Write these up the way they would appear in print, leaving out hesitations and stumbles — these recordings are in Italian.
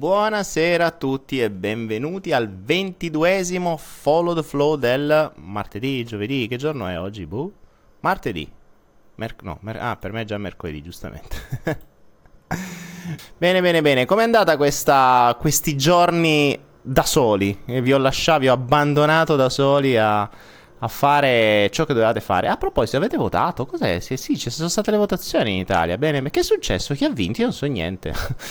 Buonasera a tutti e benvenuti al 22esimo Follow the Flow del martedì, giovedì, che giorno è oggi? Martedì. Per me è già mercoledì, giustamente. Bene, com'è andata questi giorni da soli? Vi ho abbandonato da soli a fare ciò che dovevate fare. A proposito, avete votato? Cos'è? Sì, ci sono state le votazioni in Italia. Bene, ma che è successo? Chi ha vinto? Io non so niente.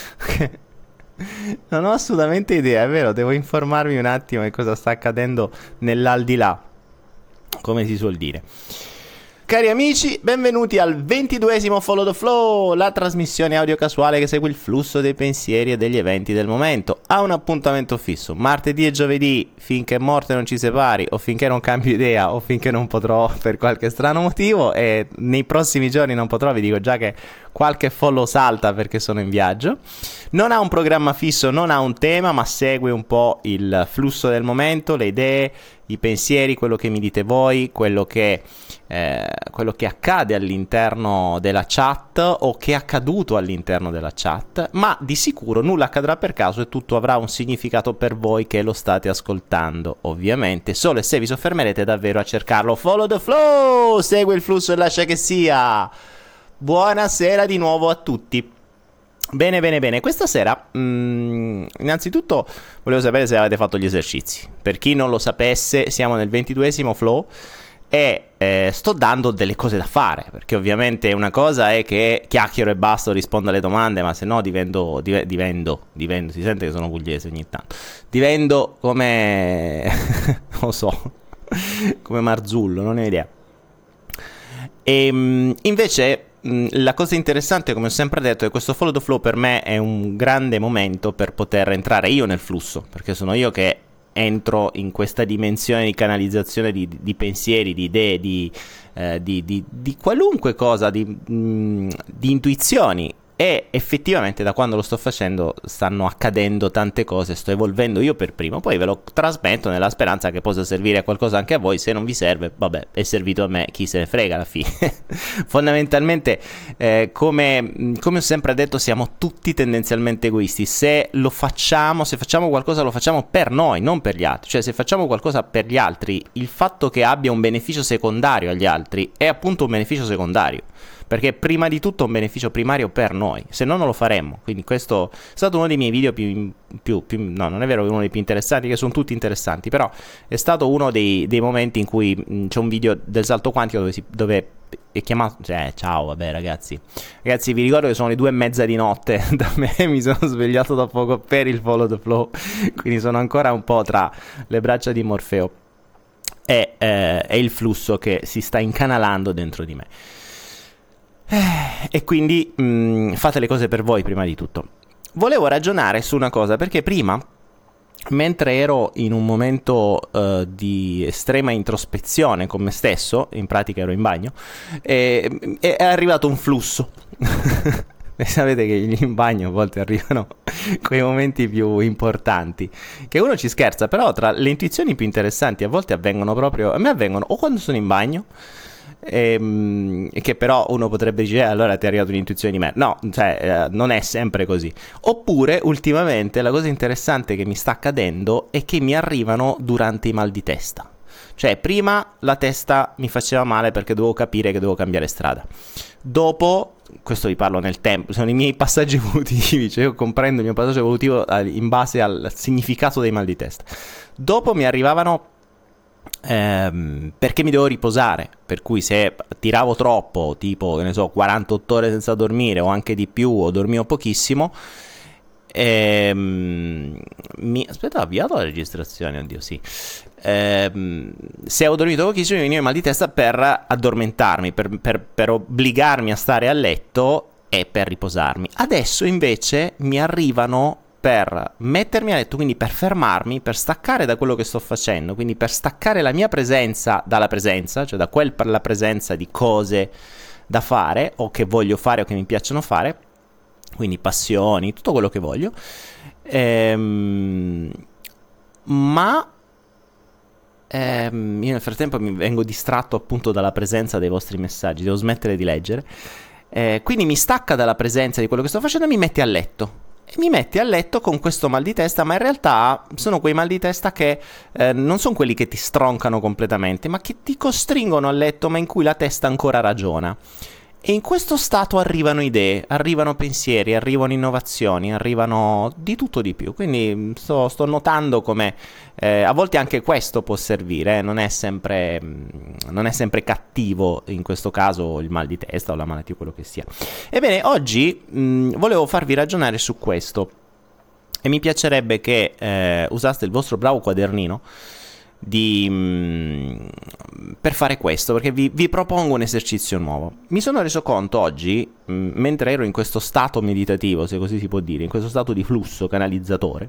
Non ho assolutamente idea, è vero, devo informarmi un attimo di cosa sta accadendo nell'aldilà, come si suol dire. Cari amici, benvenuti al 22esimo Follow the Flow, la trasmissione audio casuale che segue il flusso dei pensieri e degli eventi del momento. Ha un appuntamento fisso, martedì e giovedì, finché morte non ci separi, o finché non cambio idea, o finché non potrò per qualche strano motivo, e nei prossimi giorni non potrò, vi dico già che qualche follow salta perché sono in viaggio. Non ha un programma fisso, non ha un tema, ma segue un po' il flusso del momento, le idee, i pensieri, quello che mi dite voi, quello che accade all'interno della chat o che è accaduto all'interno della chat, ma di sicuro nulla accadrà per caso e tutto avrà un significato per voi che lo state ascoltando, ovviamente, solo e se vi soffermerete davvero a cercarlo. Follow the flow, segue il flusso e lascia che sia. Buonasera di nuovo a tutti. Bene, questa sera innanzitutto volevo sapere se avete fatto gli esercizi. Per chi non lo sapesse, siamo nel 22esimo flow e sto dando delle cose da fare, perché ovviamente una cosa è che chiacchiero e basta, rispondo alle domande, ma se no divento, si sente che sono pugliese ogni tanto, divento come non lo so, come Marzullo, non ne ho idea. E invece la cosa interessante, come ho sempre detto, è che questo follow the flow per me è un grande momento per poter entrare io nel flusso, perché sono io che entro in questa dimensione di canalizzazione di pensieri, di idee, di qualunque cosa, di intuizioni. E effettivamente da quando lo sto facendo stanno accadendo tante cose, sto evolvendo io per primo, poi ve lo trasmetto nella speranza che possa servire a qualcosa anche a voi. Se non vi serve, vabbè, è servito a me, chi se ne frega alla fine. Fondamentalmente come ho sempre detto, siamo tutti tendenzialmente egoisti. Se facciamo qualcosa lo facciamo per noi, non per gli altri. Cioè, se facciamo qualcosa per gli altri, il fatto che abbia un beneficio secondario agli altri è appunto un beneficio secondario, perché prima di tutto è un beneficio primario per noi, se no non lo faremmo. Quindi questo è stato uno dei miei video no, non è vero che è uno dei più interessanti, che sono tutti interessanti, però è stato uno dei momenti in cui c'è un video del salto quantico dove è chiamato, ciao, vabbè ragazzi, vi ricordo che sono le 2:30 di notte da me, mi sono svegliato da poco per il Follow the Flow, quindi sono ancora un po' tra le braccia di Morfeo e il flusso che si sta incanalando dentro di me. E quindi fate le cose per voi prima di tutto. Volevo ragionare su una cosa, perché prima, mentre ero in un momento di estrema introspezione con me stesso, in pratica ero in bagno, è arrivato un flusso. E sapete che in bagno a volte arrivano quei momenti più importanti, che uno ci scherza, però tra le intuizioni più interessanti a volte avvengono proprio, a me avvengono o quando sono in bagno, che però uno potrebbe dire allora ti è arrivata un'intuizione di me. No, non è sempre così. Oppure ultimamente la cosa interessante che mi sta accadendo è che mi arrivano durante i mal di testa. Cioè prima la testa mi faceva male perché dovevo capire che dovevo cambiare strada. Dopo, questo vi parlo nel tempo, sono i miei passaggi evolutivi, cioè io comprendo il mio passaggio evolutivo in base al significato dei mal di testa. Dopo mi arrivavano perché mi devo riposare, per cui se tiravo troppo, tipo che ne so 48 ore senza dormire o anche di più, o dormivo pochissimo, aspetta, ho avviato la registrazione, oddio sì, se avevo dormito pochissimo mi veniva il mal di testa per addormentarmi, per obbligarmi a stare a letto e per riposarmi. Adesso invece mi arrivano per mettermi a letto, quindi per fermarmi, per staccare da quello che sto facendo, quindi per staccare la mia presenza dalla presenza, cioè da la presenza di cose da fare o che voglio fare o che mi piacciono fare, quindi passioni, tutto quello che voglio, ma io nel frattempo mi vengo distratto appunto dalla presenza dei vostri messaggi, devo smettere di leggere, quindi mi stacca dalla presenza di quello che sto facendo e mi mette a letto. e mi metti a letto con questo mal di testa, ma in realtà sono quei mal di testa che non sono quelli che ti stroncano completamente, ma che ti costringono a letto, ma in cui la testa ancora ragiona. E in questo stato arrivano idee, arrivano pensieri, arrivano innovazioni, arrivano di tutto di più. Quindi sto notando come a volte anche questo può servire, non è sempre cattivo in questo caso il mal di testa o la malattia, quello che sia. Ebbene, oggi volevo farvi ragionare su questo e mi piacerebbe che usaste il vostro bravo quadernino per fare questo, perché vi propongo un esercizio nuovo. Mi sono reso conto oggi, mentre ero in questo stato meditativo, se così si può dire, in questo stato di flusso canalizzatore,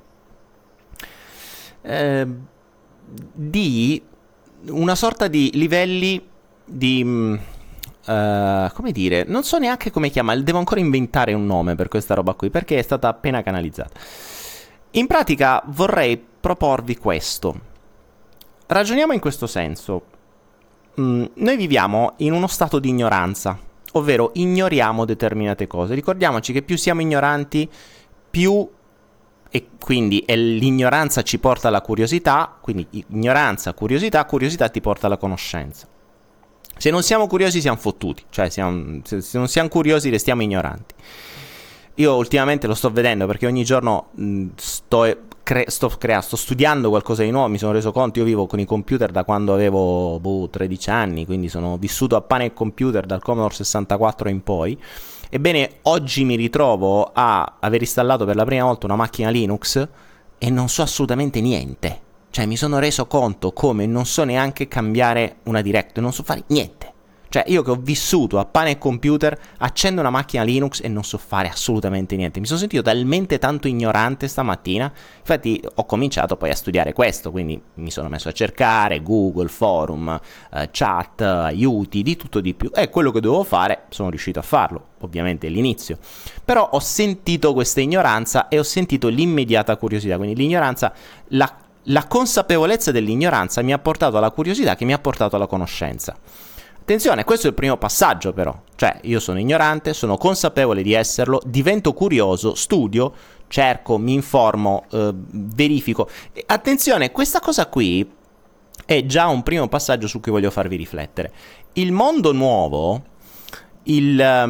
di una sorta di livelli di come dire, non so neanche come chiamare, devo ancora inventare un nome per questa roba qui, perché è stata appena canalizzata. In pratica vorrei proporvi questo. Ragioniamo in questo senso. Noi viviamo in uno stato di ignoranza, ovvero ignoriamo determinate cose. Ricordiamoci che più siamo ignoranti, più, e quindi l'ignoranza ci porta alla curiosità, quindi ignoranza, curiosità ti porta alla conoscenza. Se non siamo curiosi siamo fottuti, cioè se non siamo curiosi restiamo ignoranti. Io ultimamente lo sto vedendo perché ogni giorno sto studiando qualcosa di nuovo. Mi sono reso conto, io vivo con i computer da quando avevo 13 anni, quindi sono vissuto a pane e computer dal Commodore 64 in poi. Ebbene, oggi mi ritrovo a aver installato per la prima volta una macchina Linux e non so assolutamente niente. Cioè mi sono reso conto come non so neanche cambiare una direct, non so fare niente. Cioè io che ho vissuto a pane e computer, accendo una macchina Linux e non so fare assolutamente niente. Mi sono sentito talmente tanto ignorante stamattina, infatti ho cominciato poi a studiare questo, quindi mi sono messo a cercare Google, forum, chat, aiuti, di tutto di più. E quello che dovevo fare sono riuscito a farlo, ovviamente all'inizio. Però ho sentito questa ignoranza e ho sentito l'immediata curiosità, quindi l'ignoranza, la consapevolezza dell'ignoranza mi ha portato alla curiosità che mi ha portato alla conoscenza. Attenzione, questo è il primo passaggio però, cioè io sono ignorante, sono consapevole di esserlo, divento curioso, studio, cerco, mi informo, verifico. E attenzione, questa cosa qui è già un primo passaggio su cui voglio farvi riflettere. Il mondo nuovo, la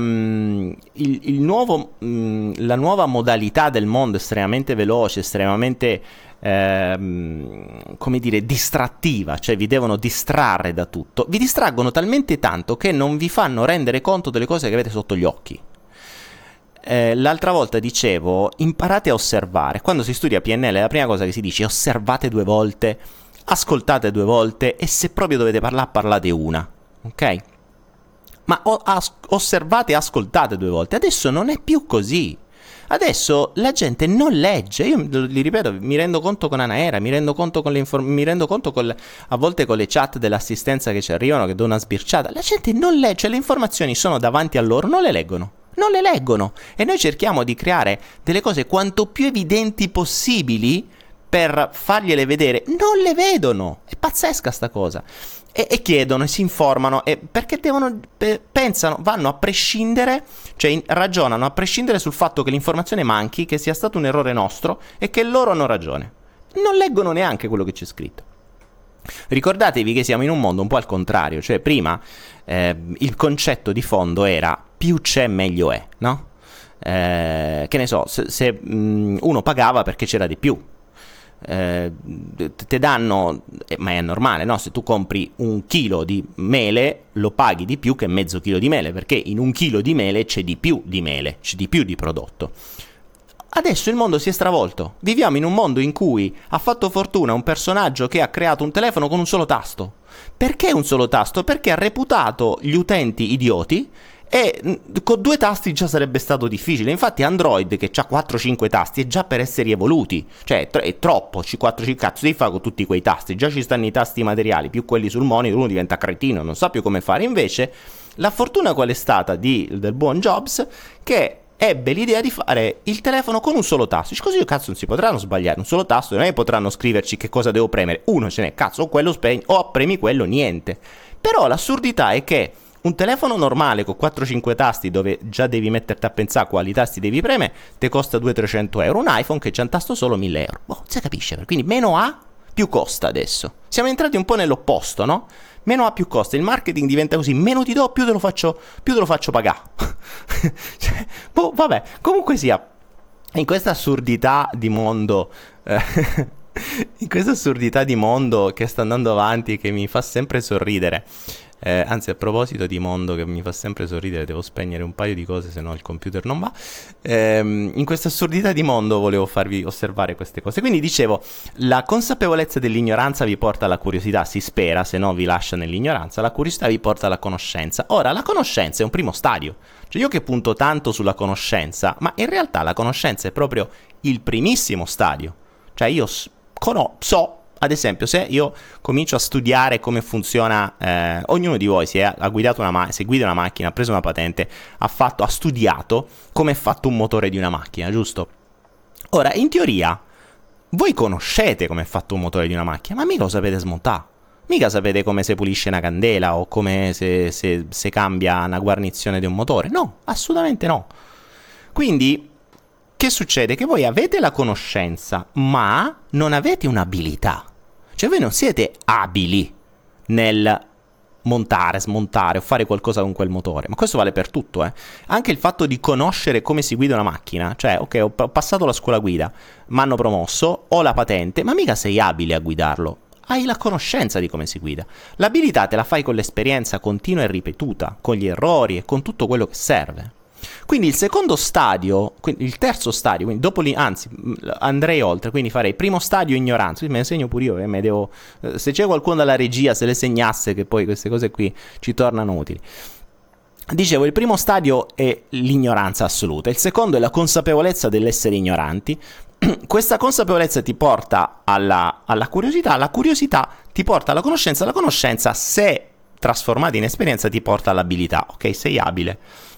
nuova modalità del mondo estremamente veloce, estremamente come dire, distrattiva, cioè vi devono distrarre da tutto, vi distraggono talmente tanto che non vi fanno rendere conto delle cose che avete sotto gli occhi. L'altra volta dicevo, imparate a osservare. Quando si studia PNL la prima cosa che si dice è osservate 2 volte, ascoltate 2 volte e se proprio dovete parlare, parlate una, ok? Ma osservate e ascoltate 2 volte. Adesso non è più così. Adesso la gente non legge. Io li ripeto, mi rendo conto con Anaera, mi rendo conto con a volte con le chat dell'assistenza che ci arrivano, che do una sbirciata. La gente non legge, le informazioni sono davanti a loro, non le leggono. E noi cerchiamo di creare delle cose quanto più evidenti possibili per fargliele vedere. Non le vedono. È pazzesca sta cosa. E chiedono e si informano perché pensano, vanno a prescindere, cioè ragionano a prescindere sul fatto che l'informazione manchi, che sia stato un errore nostro e che loro hanno ragione. Non leggono neanche quello che c'è scritto. Ricordatevi che siamo in un mondo un po' al contrario, cioè prima il concetto di fondo era più c'è meglio è, no? Che ne so, se uno pagava perché c'era di più. Te danno, ma è normale, no? Se tu compri 1 chilo di mele lo paghi di più che mezzo chilo di mele, perché in 1 chilo di mele c'è di più di mele, c'è di più di prodotto. Adesso il mondo si è stravolto. Viviamo in un mondo in cui ha fatto fortuna un personaggio che ha creato un telefono con un solo tasto. Perché un solo tasto? Perché ha reputato gli utenti idioti e con 2 tasti già sarebbe stato difficile. Infatti Android, che ha 4-5 tasti, è già per essere evoluti. Cioè è troppo, 4-5 cazzo devi fare con tutti quei tasti. Già ci stanno i tasti materiali, più quelli sul monitor, uno diventa cretino, non sa più come fare. Invece la fortuna qual è stata del buon Jobs? Che ebbe l'idea di fare il telefono con un solo tasto. Così cazzo non si potranno sbagliare, un solo tasto, non è che potranno scriverci che cosa devo premere. Uno ce n'è, cazzo, o quello spegni, o premi quello, niente. Però l'assurdità è che Un telefono normale con 4-5 tasti, dove già devi metterti a pensare quali tasti devi premere, ti costa 200-300 euro. Un iPhone che c'ha un tasto solo 1.000 euro. Boh, si capisce, quindi meno ha, più costa adesso. Siamo entrati un po' nell'opposto, no? Meno ha, più costa. Il marketing diventa così: meno ti do, più te lo faccio pagare. Cioè, boh, vabbè, comunque sia, in questa assurdità di mondo... in questa assurdità di mondo che sta andando avanti, che mi fa sempre sorridere, anzi, a proposito di mondo che mi fa sempre sorridere, devo spegnere un paio di cose, se no il computer non va. In questa assurdità di mondo volevo farvi osservare queste cose. Quindi dicevo, la consapevolezza dell'ignoranza vi porta alla curiosità, si spera, se no vi lascia nell'ignoranza. La curiosità vi porta alla conoscenza. Ora, la conoscenza è un primo stadio. Cioè, io che punto tanto sulla conoscenza, ma in realtà la conoscenza è proprio il primissimo stadio. Cioè, io so, ad esempio, se io comincio a studiare come funziona, ognuno di voi se guida una macchina, ha preso una patente, ha studiato come è fatto un motore di una macchina, giusto? Ora, in teoria, voi conoscete come è fatto un motore di una macchina, ma mica lo sapete smontare. Mica sapete come si pulisce una candela o come se cambia una guarnizione di un motore. No, assolutamente no. Quindi... che succede? Che voi avete la conoscenza, ma non avete un'abilità. Cioè voi non siete abili nel montare, smontare o fare qualcosa con quel motore. Ma questo vale per tutto, eh. Anche il fatto di conoscere come si guida una macchina. Cioè, ok, ho passato la scuola guida, mi hanno promosso, ho la patente, ma mica sei abile a guidarlo. Hai la conoscenza di come si guida. L'abilità te la fai con l'esperienza continua e ripetuta, con gli errori e con tutto quello che serve. Quindi il secondo stadio, il terzo stadio, quindi dopo anzi andrei oltre, quindi farei primo stadio ignoranza, quindi me ne segno pure io, se c'è qualcuno dalla regia se le segnasse, che poi queste cose qui ci tornano utili. Dicevo, il primo stadio è l'ignoranza assoluta, il secondo è la consapevolezza dell'essere ignoranti. Questa consapevolezza ti porta alla curiosità, la curiosità ti porta alla conoscenza, la conoscenza, se trasformata in esperienza, ti porta all'abilità. Ok, sei abile.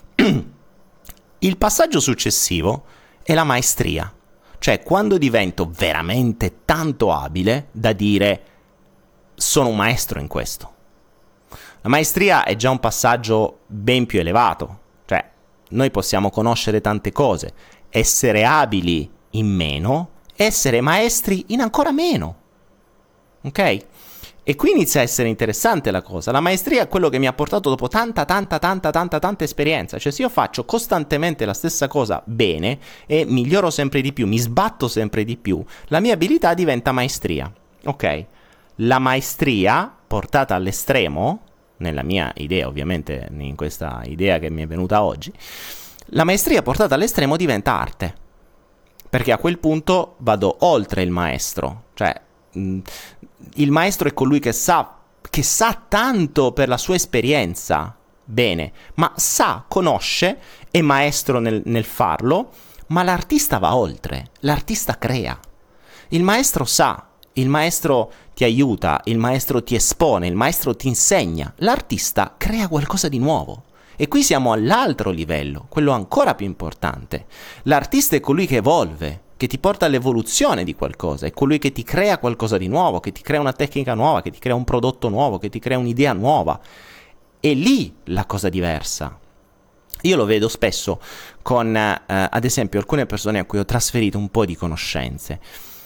Il passaggio successivo è la maestria, cioè quando divento veramente tanto abile da dire sono un maestro in questo. La maestria è già un passaggio ben più elevato, cioè noi possiamo conoscere tante cose, essere abili in meno, essere maestri in ancora meno, ok? E qui inizia a essere interessante la cosa. La maestria è quello che mi ha portato dopo tanta esperienza. Cioè, se io faccio costantemente la stessa cosa bene e miglioro sempre di più, mi sbatto sempre di più, la mia abilità diventa maestria. Ok? La maestria portata all'estremo, nella mia idea ovviamente, in questa idea che mi è venuta oggi, la maestria portata all'estremo diventa arte. Perché a quel punto vado oltre il maestro. Cioè... il maestro è colui che sa tanto per la sua esperienza, bene, ma conosce, è maestro nel farlo, ma l'artista va oltre, l'artista crea. Il maestro sa, il maestro ti aiuta, il maestro ti espone, il maestro ti insegna, l'artista crea qualcosa di nuovo. E qui siamo all'altro livello, quello ancora più importante. L'artista è colui che evolve, che ti porta all'evoluzione di qualcosa, è colui che ti crea qualcosa di nuovo, che ti crea una tecnica nuova, che ti crea un prodotto nuovo, che ti crea un'idea nuova. È lì la cosa diversa. Io lo vedo spesso con, ad esempio, alcune persone a cui ho trasferito un po' di conoscenze.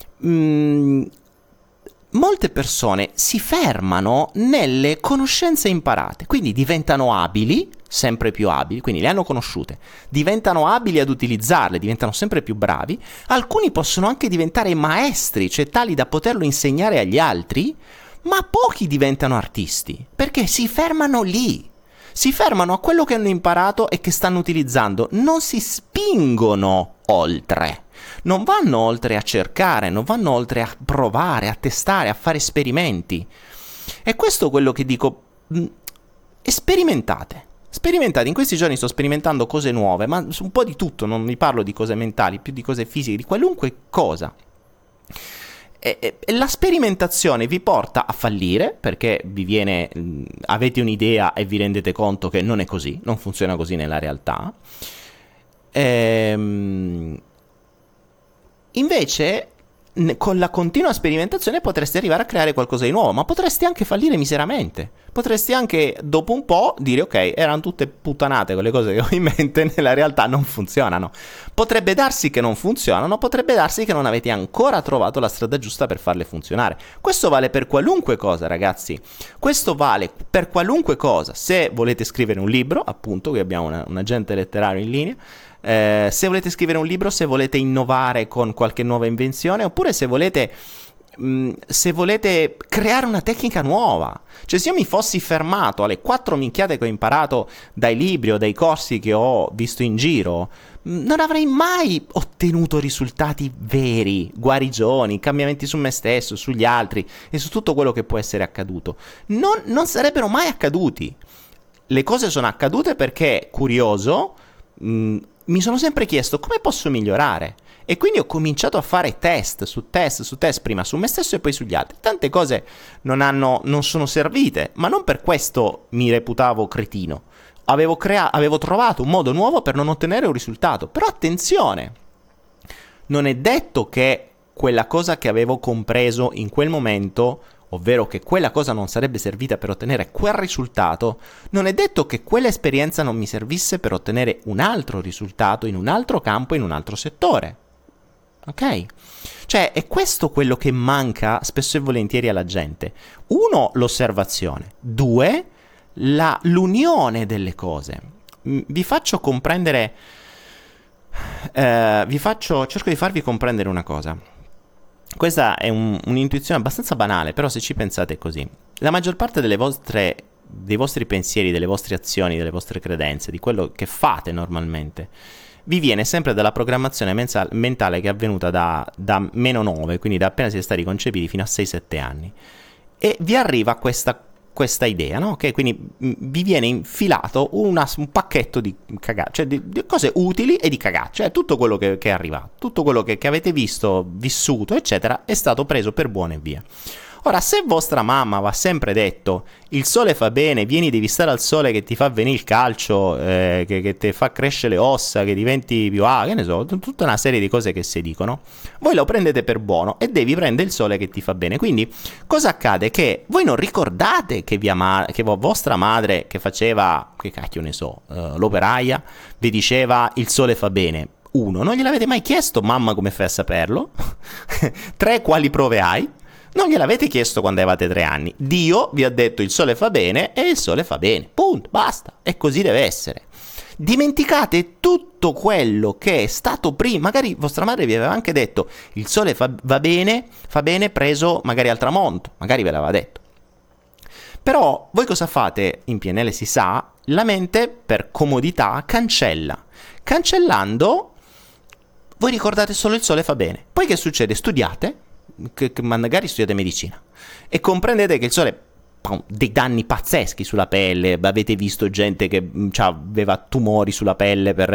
Molte persone si fermano nelle conoscenze imparate, quindi diventano abili, sempre più abili, quindi le hanno conosciute, diventano abili ad utilizzarle, diventano sempre più bravi. Alcuni possono anche diventare maestri, cioè tali da poterlo insegnare agli altri, ma pochi diventano artisti, perché si fermano lì. Si fermano a quello che hanno imparato e che stanno utilizzando, non si spingono oltre. Non vanno oltre a cercare, non vanno oltre a provare, a testare, a fare esperimenti. E questo è quello che dico, sperimentate. Sperimentate, in questi giorni sto sperimentando cose nuove, ma un po' di tutto, non vi parlo di cose mentali, più di cose fisiche, di qualunque cosa. E la sperimentazione vi porta a fallire, perché avete un'idea e vi rendete conto che non è così, non funziona così nella realtà. Invece con la continua sperimentazione potresti arrivare a creare qualcosa di nuovo, ma potresti anche fallire miseramente. Potresti anche, dopo un po', dire ok, erano tutte puttanate quelle cose che ho in mente, nella realtà non funzionano. Potrebbe darsi che non funzionano, potrebbe darsi che non avete ancora trovato la strada giusta per farle funzionare. Questo vale per qualunque cosa, ragazzi. Questo vale per qualunque cosa. Se volete scrivere un libro, appunto, qui abbiamo un agente letterario in linea, se volete scrivere un libro, se volete innovare con qualche nuova invenzione, oppure se volete creare una tecnica nuova. Cioè, se io mi fossi fermato alle 4 minchiate che ho imparato dai libri o dai corsi che ho visto in giro, non avrei mai ottenuto risultati veri, guarigioni, cambiamenti su me stesso, sugli altri e su tutto quello che può essere accaduto. Non sarebbero mai accaduti. Le cose sono accadute perché, curioso, mi sono sempre chiesto come posso migliorare, e quindi ho cominciato a fare test su test, prima su me stesso e poi sugli altri. Tante cose non sono servite, ma non per questo mi reputavo cretino. Avevo trovato un modo nuovo per non ottenere un risultato. Però attenzione, non è detto che quella cosa che avevo compreso in quel momento, ovvero che quella cosa non sarebbe servita per ottenere quel risultato, non è detto che quell'esperienza non mi servisse per ottenere un altro risultato in un altro campo, in un altro settore. Ok? Cioè, è questo quello che manca spesso e volentieri alla gente. 1, l'osservazione. 2, l'unione delle cose. Vi faccio comprendere... cerco di farvi comprendere una cosa. Questa è un'intuizione abbastanza banale, però se ci pensate così, la maggior parte dei vostri pensieri, delle vostre azioni, delle vostre credenze, di quello che fate normalmente, vi viene sempre dalla programmazione mentale che è avvenuta da -9, quindi da appena siete stati concepiti fino a 6-7 anni. E vi arriva questa idea, no? Okay? Quindi vi viene infilato un pacchetto di cagate, cioè di cose utili e di cagate, cioè tutto quello che è arrivato, tutto quello che avete visto, vissuto, eccetera, è stato preso per buono e via. Ora, se vostra mamma vi ha sempre detto il sole fa bene, devi stare al sole che ti fa venire il calcio, che ti fa crescere le ossa, che diventi più che ne so, tutta una serie di cose che si dicono, voi lo prendete per buono e devi prendere il sole che ti fa bene. Quindi cosa accade? Che voi non ricordate che vostra madre, che faceva, che cacchio ne so, l'operaia, vi diceva il sole fa bene. 1, non gliel'avete mai chiesto, mamma, come fai a saperlo? 3, quali prove hai? Non gliel'avete chiesto quando avevate 3 anni. Dio vi ha detto il sole fa bene e il sole fa bene. Punto, basta. E così deve essere. Dimenticate tutto quello che è stato prima. Magari vostra madre vi aveva anche detto il sole fa bene preso magari al tramonto. Magari ve l'aveva detto. Però voi cosa fate? In PNL si sa, la mente per comodità cancella. Cancellando, voi ricordate solo il sole fa bene. Poi che succede? Studiate. Che magari studiate medicina e comprendete che il sole ha dei danni pazzeschi sulla pelle. Avete visto gente che aveva tumori sulla pelle per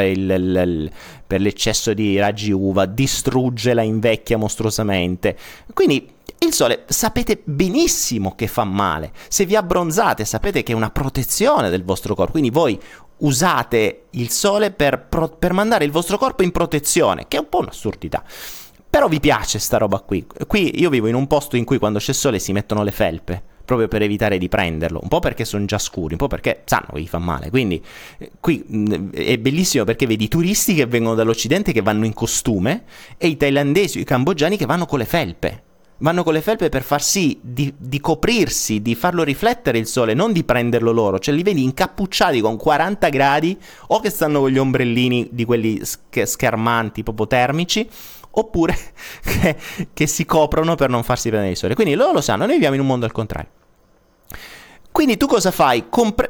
l'eccesso di raggi UVA, distrugge, la invecchia mostruosamente. Quindi il sole sapete benissimo che fa male. Se vi abbronzate sapete che è una protezione del vostro corpo, quindi voi usate il sole per mandare il vostro corpo in protezione, che è un po' un'assurdità. Però vi piace sta roba qui. Qui io vivo in un posto in cui quando c'è sole si mettono le felpe, proprio per evitare di prenderlo. Un po' perché sono già scuri, un po' perché sanno che gli fa male. Quindi qui è bellissimo perché vedi i turisti che vengono dall'Occidente che vanno in costume e i thailandesi o i cambogiani che vanno con le felpe. Vanno con le felpe per far sì di coprirsi, di farlo riflettere il sole, non di prenderlo loro. Cioè li vedi incappucciati con 40 gradi o che stanno con gli ombrellini di quelli schermanti, proprio termici, oppure che si coprono per non farsi prendere il sole. Quindi loro lo sanno, noi viviamo in un mondo al contrario. Quindi tu cosa fai?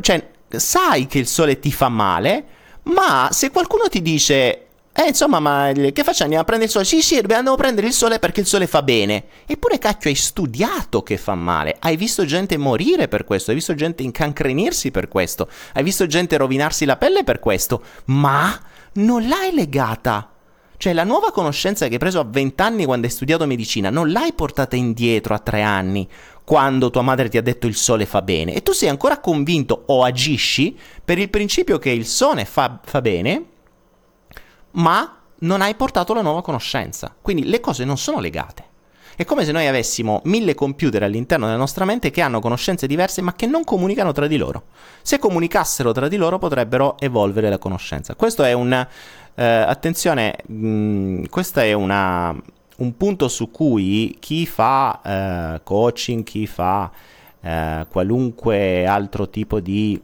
Sai che il sole ti fa male, ma se qualcuno ti dice insomma, ma che facciamo? Andiamo a prendere il sole? Sì, dobbiamo prendere il sole perché il sole fa bene. Eppure cacchio, hai studiato che fa male. Hai visto gente morire per questo, hai visto gente incancrenirsi per questo, hai visto gente rovinarsi la pelle per questo, ma non l'hai legata. Cioè la nuova conoscenza che hai preso a 20 anni quando hai studiato medicina non l'hai portata indietro a 3 anni quando tua madre ti ha detto il sole fa bene, e tu sei ancora convinto o agisci per il principio che il sole fa bene, ma non hai portato la nuova conoscenza. Quindi le cose non sono legate. È come se noi avessimo 1000 computer all'interno della nostra mente che hanno conoscenze diverse ma che non comunicano tra di loro. Se comunicassero tra di loro potrebbero evolvere la conoscenza. Questo è attenzione, questo è un punto su cui chi fa coaching, chi fa qualunque altro tipo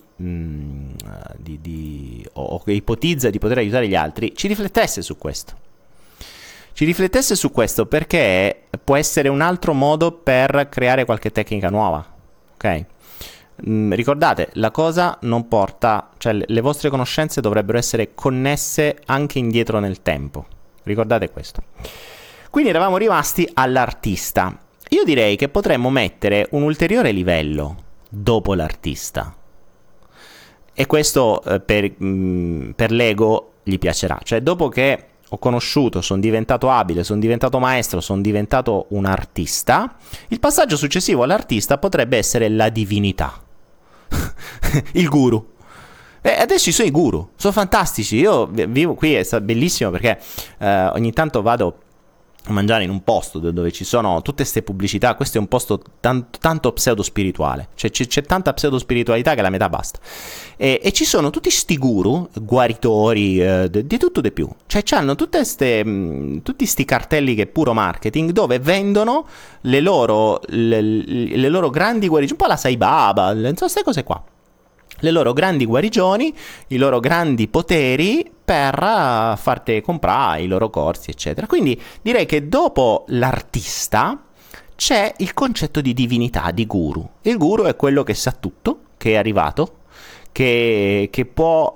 o che ipotizza di poter aiutare gli altri, ci riflettesse su questo. Perché può essere un altro modo per creare qualche tecnica nuova, ok? Ricordate, la cosa non porta, cioè le vostre conoscenze dovrebbero essere connesse anche indietro nel tempo. Ricordate questo. Quindi eravamo rimasti all'artista. Io direi che potremmo mettere un ulteriore livello dopo l'artista. E questo per l'ego gli piacerà. Cioè, dopo che ho conosciuto, sono diventato abile, sono diventato maestro, sono diventato un artista, il passaggio successivo all'artista potrebbe essere la divinità. Il guru. Adesso ci sono i guru, sono fantastici. Io vivo qui, è bellissimo perché ogni tanto vado a mangiare in un posto dove ci sono tutte queste pubblicità. Questo è un posto tanto pseudo spirituale, cioè c'è tanta pseudo spiritualità che la metà basta, e ci sono tutti sti guru guaritori di tutto di più, cioè c'hanno tutti sti cartelli che è puro marketing, dove vendono le loro grandi guarigioni, un po' la Sai Baba, non so, queste cose qua, le loro grandi guarigioni, i loro grandi poteri per farti comprare i loro corsi, eccetera. Quindi direi che dopo l'artista c'è il concetto di divinità, di guru. Il guru è quello che sa tutto, che è arrivato, che può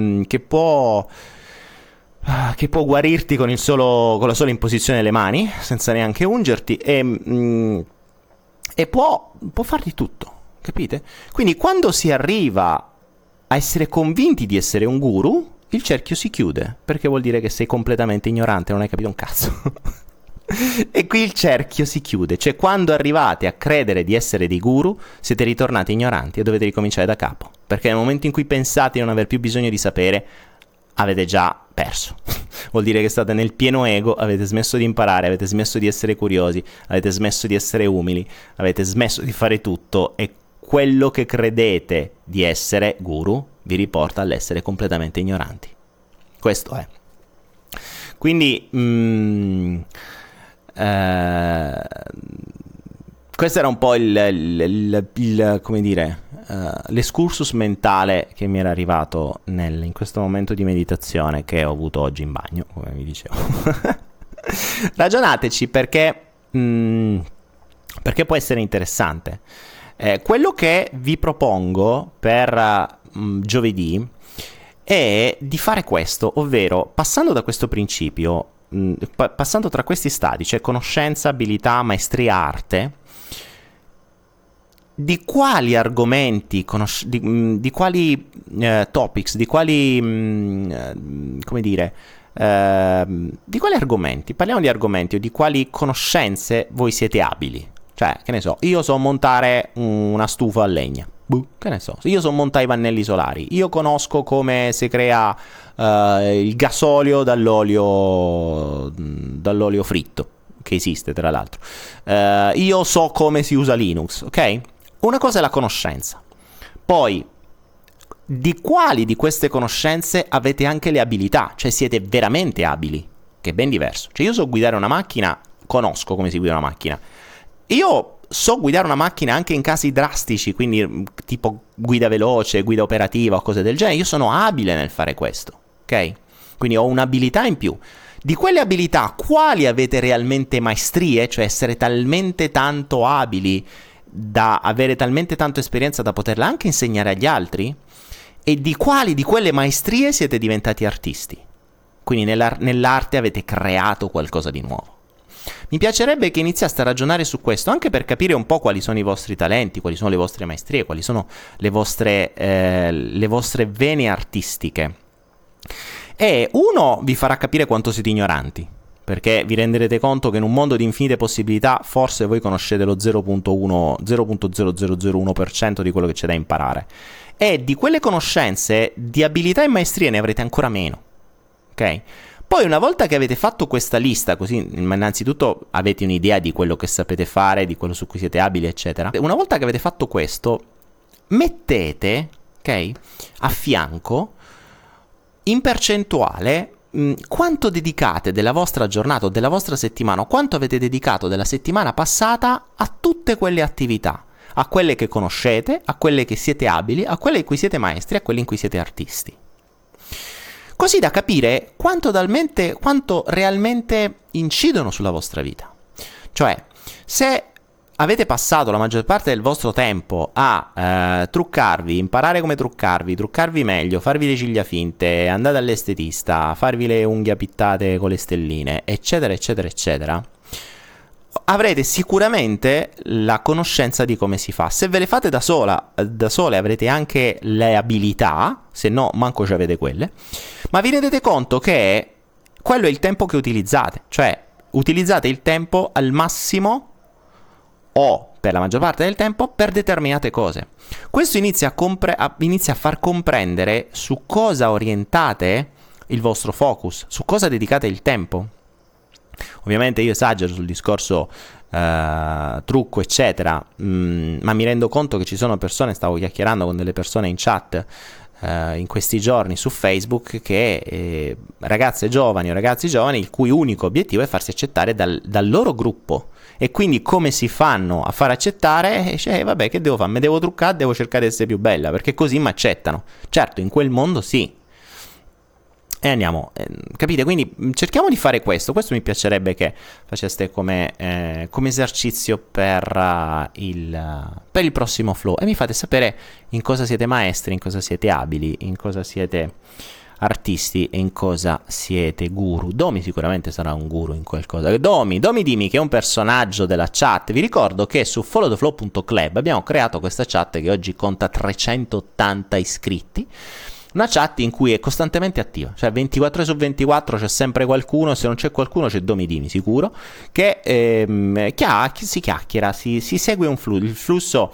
guarirti con la sola imposizione delle mani, senza neanche ungerti, e può farti tutto. Capite? Quindi quando si arriva a essere convinti di essere un guru, il cerchio si chiude, perché vuol dire che sei completamente ignorante, non hai capito un cazzo. E qui il cerchio si chiude, cioè quando arrivate a credere di essere dei guru, siete ritornati ignoranti e dovete ricominciare da capo, perché nel momento in cui pensate di non aver più bisogno di sapere, avete già perso. Vuol dire che state nel pieno ego, avete smesso di imparare, avete smesso di essere curiosi, avete smesso di essere umili, avete smesso di fare tutto, e quello che credete di essere guru vi riporta all'essere completamente ignoranti. Questo è. Quindi questo era un po' come dire, l'escursus mentale che mi era arrivato in questo momento di meditazione che ho avuto oggi in bagno, come vi dicevo. Ragionateci, perché può essere interessante. Quello che vi propongo per giovedì è di fare questo, ovvero passando da questo principio, passando tra questi stadi, cioè conoscenza, abilità, maestria, arte, di quali argomenti, di quali topics, di quali, come dire, di quali argomenti, parliamo di argomenti o di quali conoscenze voi siete abili. Cioè, che ne so, io so montare una stufa a legna. Che ne so, io so montare i pannelli solari. Io conosco come si crea il gasolio dall'olio fritto, che esiste tra l'altro. Io so come si usa Linux, ok? Una cosa è la conoscenza. Poi, di quali di queste conoscenze avete anche le abilità? Cioè, siete veramente abili, che è ben diverso. Cioè, io so guidare una macchina, conosco come si guida una macchina. Io so guidare una macchina anche in casi drastici, quindi tipo guida veloce, guida operativa o cose del genere. Io sono abile nel fare questo, ok? Quindi ho un'abilità in più. Di quelle abilità, quali avete realmente maestrie? Cioè essere talmente tanto abili da avere talmente tanto esperienza da poterla anche insegnare agli altri? E di quali di quelle maestrie siete diventati artisti? Quindi nell'arte avete creato qualcosa di nuovo. Mi piacerebbe che iniziaste a ragionare su questo, anche per capire un po' quali sono i vostri talenti, quali sono le vostre maestrie, quali sono le vostre vene artistiche. E uno, vi farà capire quanto siete ignoranti, perché vi renderete conto che in un mondo di infinite possibilità forse voi conoscete lo 0.0001% di quello che c'è da imparare. E di quelle conoscenze, di abilità e maestrie ne avrete ancora meno, ok? Poi una volta che avete fatto questa lista, così innanzitutto avete un'idea di quello che sapete fare, di quello su cui siete abili, eccetera. Una volta che avete fatto questo, mettete, ok, a fianco in percentuale quanto dedicate della vostra giornata o della vostra settimana, o quanto avete dedicato della settimana passata a tutte quelle attività, a quelle che conoscete, a quelle che siete abili, a quelle in cui siete maestri, a quelle in cui siete artisti. Così da capire quanto realmente incidono sulla vostra vita. Cioè, se avete passato la maggior parte del vostro tempo a truccarvi, imparare come truccarvi meglio, farvi le ciglia finte, andare dall'estetista, farvi le unghie pittate con le stelline, eccetera, eccetera, eccetera, avrete sicuramente la conoscenza di come si fa. Se ve le fate da sole avrete anche le abilità, se no manco ci avete quelle, ma vi rendete conto che quello è il tempo che utilizzate, cioè utilizzate il tempo al massimo o per la maggior parte del tempo per determinate cose. Questo inizia a far comprendere su cosa orientate il vostro focus, su cosa dedicate il tempo. Ovviamente io esagero sul discorso trucco eccetera, ma mi rendo conto che ci sono persone, stavo chiacchierando con delle persone in chat in questi giorni su Facebook, che ragazze giovani o ragazzi giovani il cui unico obiettivo è farsi accettare dal loro gruppo, e quindi come si fanno a far accettare? Cioè, vabbè, che devo fare? Mi devo truccare, devo cercare di essere più bella perché così mi accettano. Certo, in quel mondo sì. E andiamo, capite? Quindi cerchiamo di fare questo mi piacerebbe che faceste come esercizio per il prossimo flow, e mi fate sapere in cosa siete maestri, in cosa siete abili, in cosa siete artisti e in cosa siete guru. Domi sicuramente sarà un guru in qualcosa. Domi dimmi, che è un personaggio della chat. Vi ricordo che su followtheflow.club abbiamo creato questa chat che oggi conta 380 iscritti. Una chat in cui è costantemente attiva, cioè 24 ore su 24 c'è sempre qualcuno, se non c'è qualcuno c'è Domidimi sicuro, che si chiacchiera, si segue il flusso,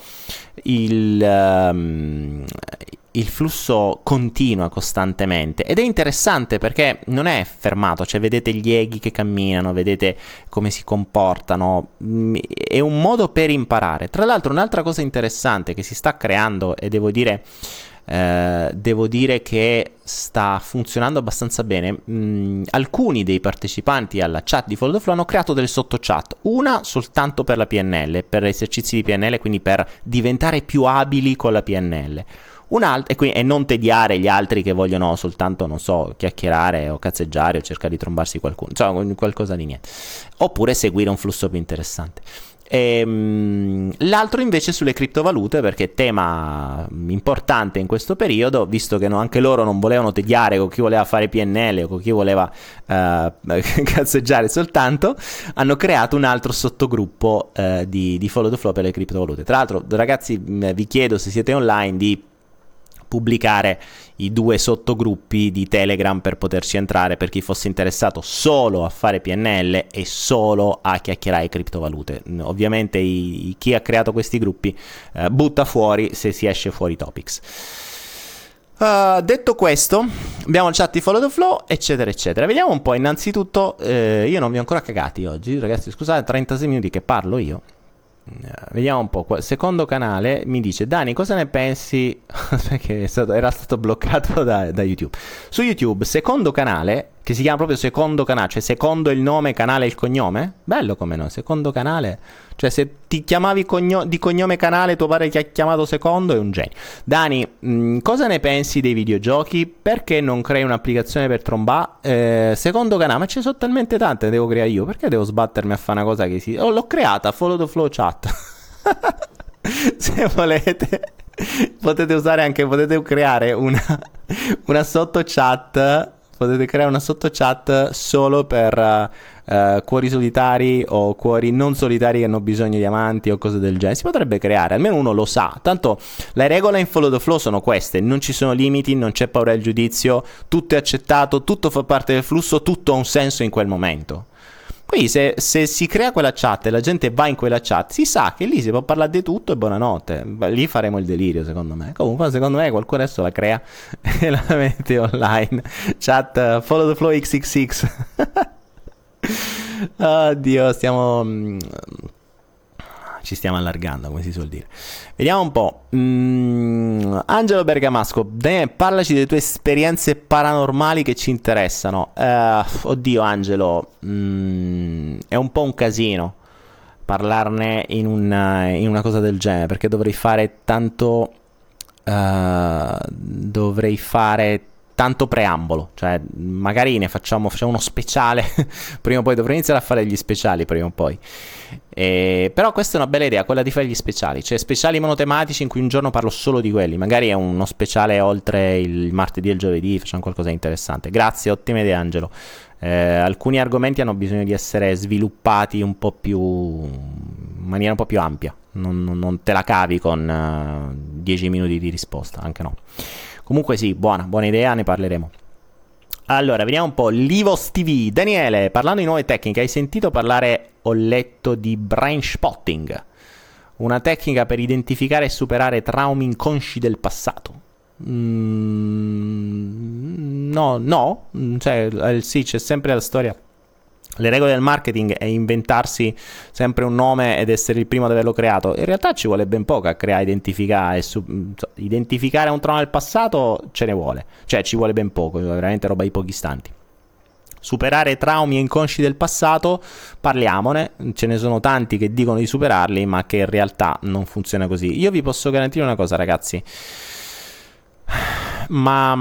il flusso continua costantemente, ed è interessante perché non è fermato, cioè vedete gli eghi che camminano, vedete come si comportano, è un modo per imparare. Tra l'altro un'altra cosa interessante che si sta creando, e devo dire che sta funzionando abbastanza bene, alcuni dei partecipanti alla chat di Follow the Flow hanno creato delle sottochat, una soltanto per la PNL, per esercizi di PNL, quindi per diventare più abili con la PNL, e non tediare gli altri che vogliono soltanto, non so, chiacchierare o cazzeggiare o cercare di trombarsi qualcuno, cioè qualcosa di niente, oppure seguire un flusso più interessante. L'altro invece sulle criptovalute, perché è tema importante in questo periodo, visto che anche loro non volevano tediare con chi voleva fare PNL o con chi voleva cazzeggiare soltanto, hanno creato un altro sottogruppo di Follow the Flow per le criptovalute. Tra l'altro, ragazzi, vi chiedo, se siete online, di pubblicare i 2 sottogruppi di Telegram per poterci entrare, per chi fosse interessato solo a fare PNL e solo a chiacchierare criptovalute. Ovviamente chi ha creato questi gruppi butta fuori se si esce fuori topics. Detto questo, abbiamo il chat di Follow the Flow, eccetera eccetera. Vediamo un po'. Innanzitutto io non vi ho ancora cagati oggi, ragazzi, scusate, 36 minuti che parlo io. Vediamo un po'. Secondo canale mi dice: Dani, cosa ne pensi? Perché era stato bloccato da YouTube. Su YouTube, secondo canale, che si chiama proprio secondo canale, cioè secondo il nome, canale il cognome. Bello come no, secondo canale. Cioè se ti chiamavi di cognome canale, tuo padre ti ha chiamato secondo, è un genio. Dani, cosa ne pensi dei videogiochi? Perché non crei un'applicazione per trombare? Secondo canale, ma ce ne sono talmente tante, devo creare io. Perché devo sbattermi a fare una cosa che l'ho creata, Follow the Flow Chat. Se volete potete creare una sotto chat. Potete creare una sotto chat solo per cuori solitari o cuori non solitari che hanno bisogno di amanti o cose del genere. Si potrebbe creare, almeno uno lo sa. Tanto le regole in Follow the Flow sono queste: non ci sono limiti, non c'è paura del giudizio, tutto è accettato, tutto fa parte del flusso, tutto ha un senso in quel momento. Quindi se si crea quella chat e la gente va in quella chat, si sa che lì si può parlare di tutto e buonanotte. Lì faremo il delirio, secondo me. Comunque, secondo me qualcuno adesso la crea e la mette online. Chat Follow the Flow XXX. Oddio, ci stiamo allargando, come si suol dire. Vediamo un po'. Angelo Bergamasco, parlaci delle tue esperienze paranormali che ci interessano. Oddio Angelo, è un po' un casino parlarne in una cosa del genere, perché dovrei fare tanto preambolo, cioè magari ne facciamo uno speciale prima o poi. Dovrei iniziare a fare gli speciali prima o poi, però questa è una bella idea, quella di fare gli speciali, cioè speciali monotematici in cui un giorno parlo solo di quelli. Magari è uno speciale oltre il martedì e il giovedì, facciamo qualcosa di interessante. Grazie, ottima idea Angelo. Alcuni argomenti hanno bisogno di essere sviluppati un po' più in maniera un po' più ampia, non te la cavi con 10 minuti di risposta, anche no. Comunque sì, buona idea, ne parleremo. Allora, vediamo un po'. Livos TV. Daniele, parlando di nuove tecniche, hai sentito parlare, ho letto, di brain spotting, una tecnica per identificare e superare traumi inconsci del passato? No, cioè, sì, c'è sempre la storia. Le regole del marketing è inventarsi sempre un nome ed essere il primo ad averlo creato. In realtà ci vuole ben poco a creare, identificare un trauma del passato, ce ne vuole. Cioè ci vuole ben poco, veramente roba di pochi istanti. Superare traumi inconsci del passato, parliamone. Ce ne sono tanti che dicono di superarli, ma che in realtà non funziona così. Io vi posso garantire una cosa, ragazzi. Ma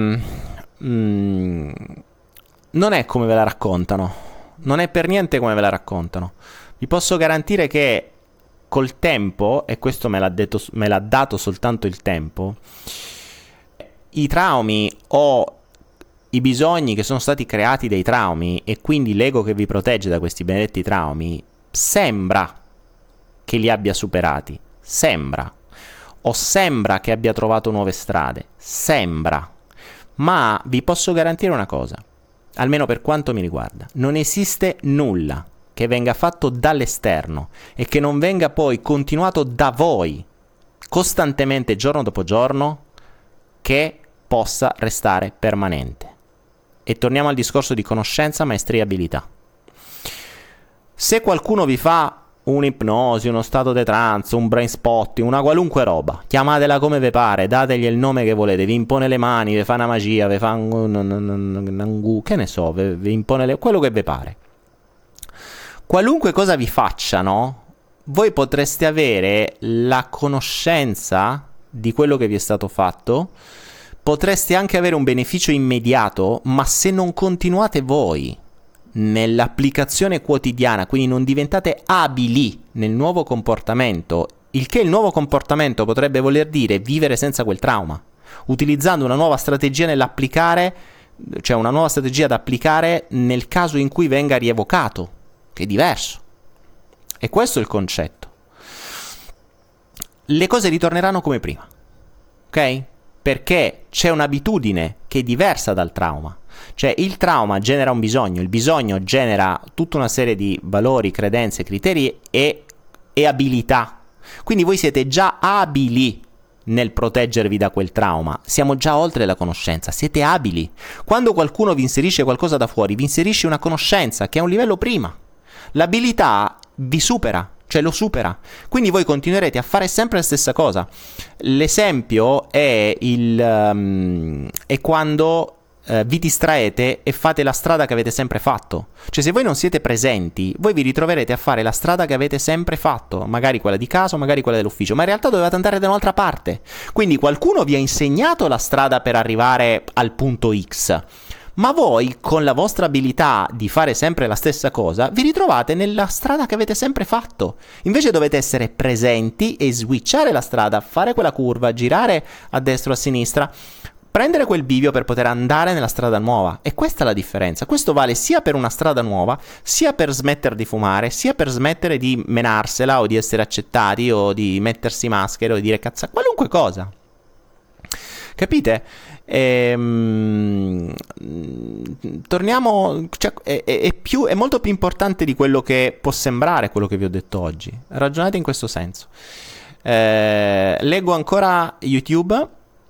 non è come ve la raccontano. Non è per niente come ve la raccontano. Vi posso garantire che col tempo, e questo me l'ha dato soltanto il tempo, i traumi o i bisogni che sono stati creati dai traumi, e quindi l'ego che vi protegge da questi benedetti traumi, sembra che li abbia superati. Sembra che abbia trovato nuove strade. Sembra. Ma vi posso garantire una cosa. Almeno per quanto mi riguarda, non esiste nulla che venga fatto dall'esterno e che non venga poi continuato da voi costantemente, giorno dopo giorno, che possa restare permanente. E torniamo al discorso di conoscenza, maestria e abilità. Se qualcuno vi fa un'ipnosi, uno stato di trance, un brain spotting, una qualunque roba, chiamatela come vi pare, dategli il nome che volete, vi impone le mani, vi fa una magia, vi fa che ne so, vi impone quello che vi pare. Qualunque cosa vi facciano, voi potreste avere la conoscenza di quello che vi è stato fatto, potreste anche avere un beneficio immediato, ma se non continuate voi nell'applicazione quotidiana, quindi non diventate abili nel nuovo comportamento, il che il nuovo comportamento potrebbe voler dire vivere senza quel trauma, utilizzando una nuova strategia nell'applicare, cioè una nuova strategia da applicare nel caso in cui venga rievocato, che è diverso. E questo è il concetto. Le cose ritorneranno come prima, ok? Perché c'è un'abitudine che è diversa dal trauma. Cioè il trauma genera un bisogno, il bisogno genera tutta una serie di valori, credenze, criteri e abilità. Quindi voi siete già abili nel proteggervi da quel trauma. Siamo già oltre la conoscenza, siete abili. Quando qualcuno vi inserisce qualcosa da fuori, vi inserisce una conoscenza che è un livello prima. L'abilità vi supera, cioè lo supera. Quindi voi continuerete a fare sempre la stessa cosa. L'esempio è quando vi distraete e fate la strada che avete sempre fatto. Cioè se voi non siete presenti, voi vi ritroverete a fare la strada che avete sempre fatto, magari quella di casa, magari quella dell'ufficio, ma in realtà dovevate andare da un'altra parte. Quindi qualcuno vi ha insegnato la strada per arrivare al punto X, ma voi con la vostra abilità di fare sempre la stessa cosa vi ritrovate nella strada che avete sempre fatto. Invece dovete essere presenti e switchare la strada, fare quella curva, girare a destra o a sinistra, prendere quel bivio per poter andare nella strada nuova. E questa è la differenza. Questo vale sia per una strada nuova, sia per smettere di fumare, sia per smettere di menarsela o di essere accettati o di mettersi maschere o di dire qualunque cosa. Capite? torniamo, cioè, è molto più importante di quello che può sembrare quello che vi ho detto oggi. Ragionate in questo senso. Leggo ancora YouTube.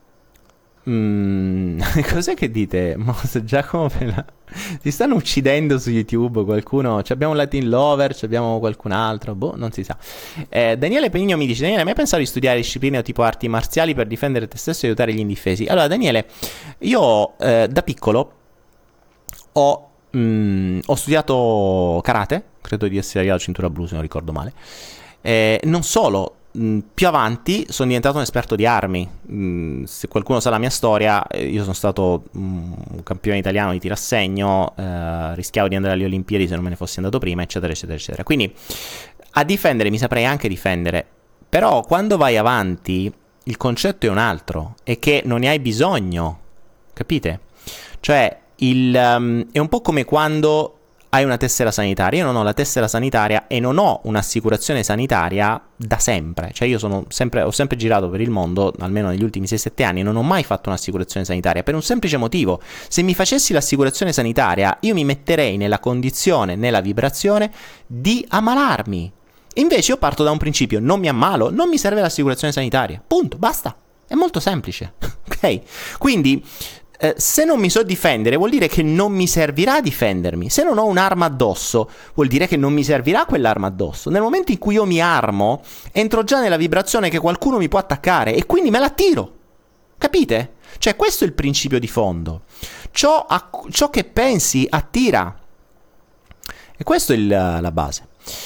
Cos'è che dite? Giacomo si stanno uccidendo su YouTube qualcuno? Abbiamo Latin Lover, abbiamo qualcun altro, boh, non si sa. Daniele Penigno mi dice: Daniele, hai mai pensato di studiare discipline tipo arti marziali per difendere te stesso e aiutare gli indifesi? Allora Daniele, io da piccolo ho studiato karate, credo di essere arrivato a cintura blu se non ricordo male. Non solo, più avanti sono diventato un esperto di armi. Se qualcuno sa la mia storia, io sono stato un campione italiano di tiro a segno, rischiavo di andare alle Olimpiadi se non me ne fossi andato prima, eccetera eccetera eccetera. Quindi a difendere mi saprei anche difendere, però quando vai avanti il concetto è un altro, è che non ne hai bisogno, capite? Cioè è un po' come quando hai una tessera sanitaria. Io non ho la tessera sanitaria e non ho un'assicurazione sanitaria da sempre. Cioè io ho sempre girato per il mondo, almeno negli ultimi 6-7 anni, non ho mai fatto un'assicurazione sanitaria, per un semplice motivo: se mi facessi l'assicurazione sanitaria io mi metterei nella condizione, nella vibrazione di ammalarmi. Invece io parto da un principio: non mi ammalo, non mi serve l'assicurazione sanitaria, punto, basta, è molto semplice. Ok? Quindi se non mi so difendere vuol dire che non mi servirà difendermi. Se non ho un'arma addosso vuol dire che non mi servirà quell'arma addosso. Nel momento in cui io mi armo, entro già nella vibrazione che qualcuno mi può attaccare e quindi me la tiro. Capite? Cioè questo è il principio di fondo. Ciò che pensi attira. E questo è la base.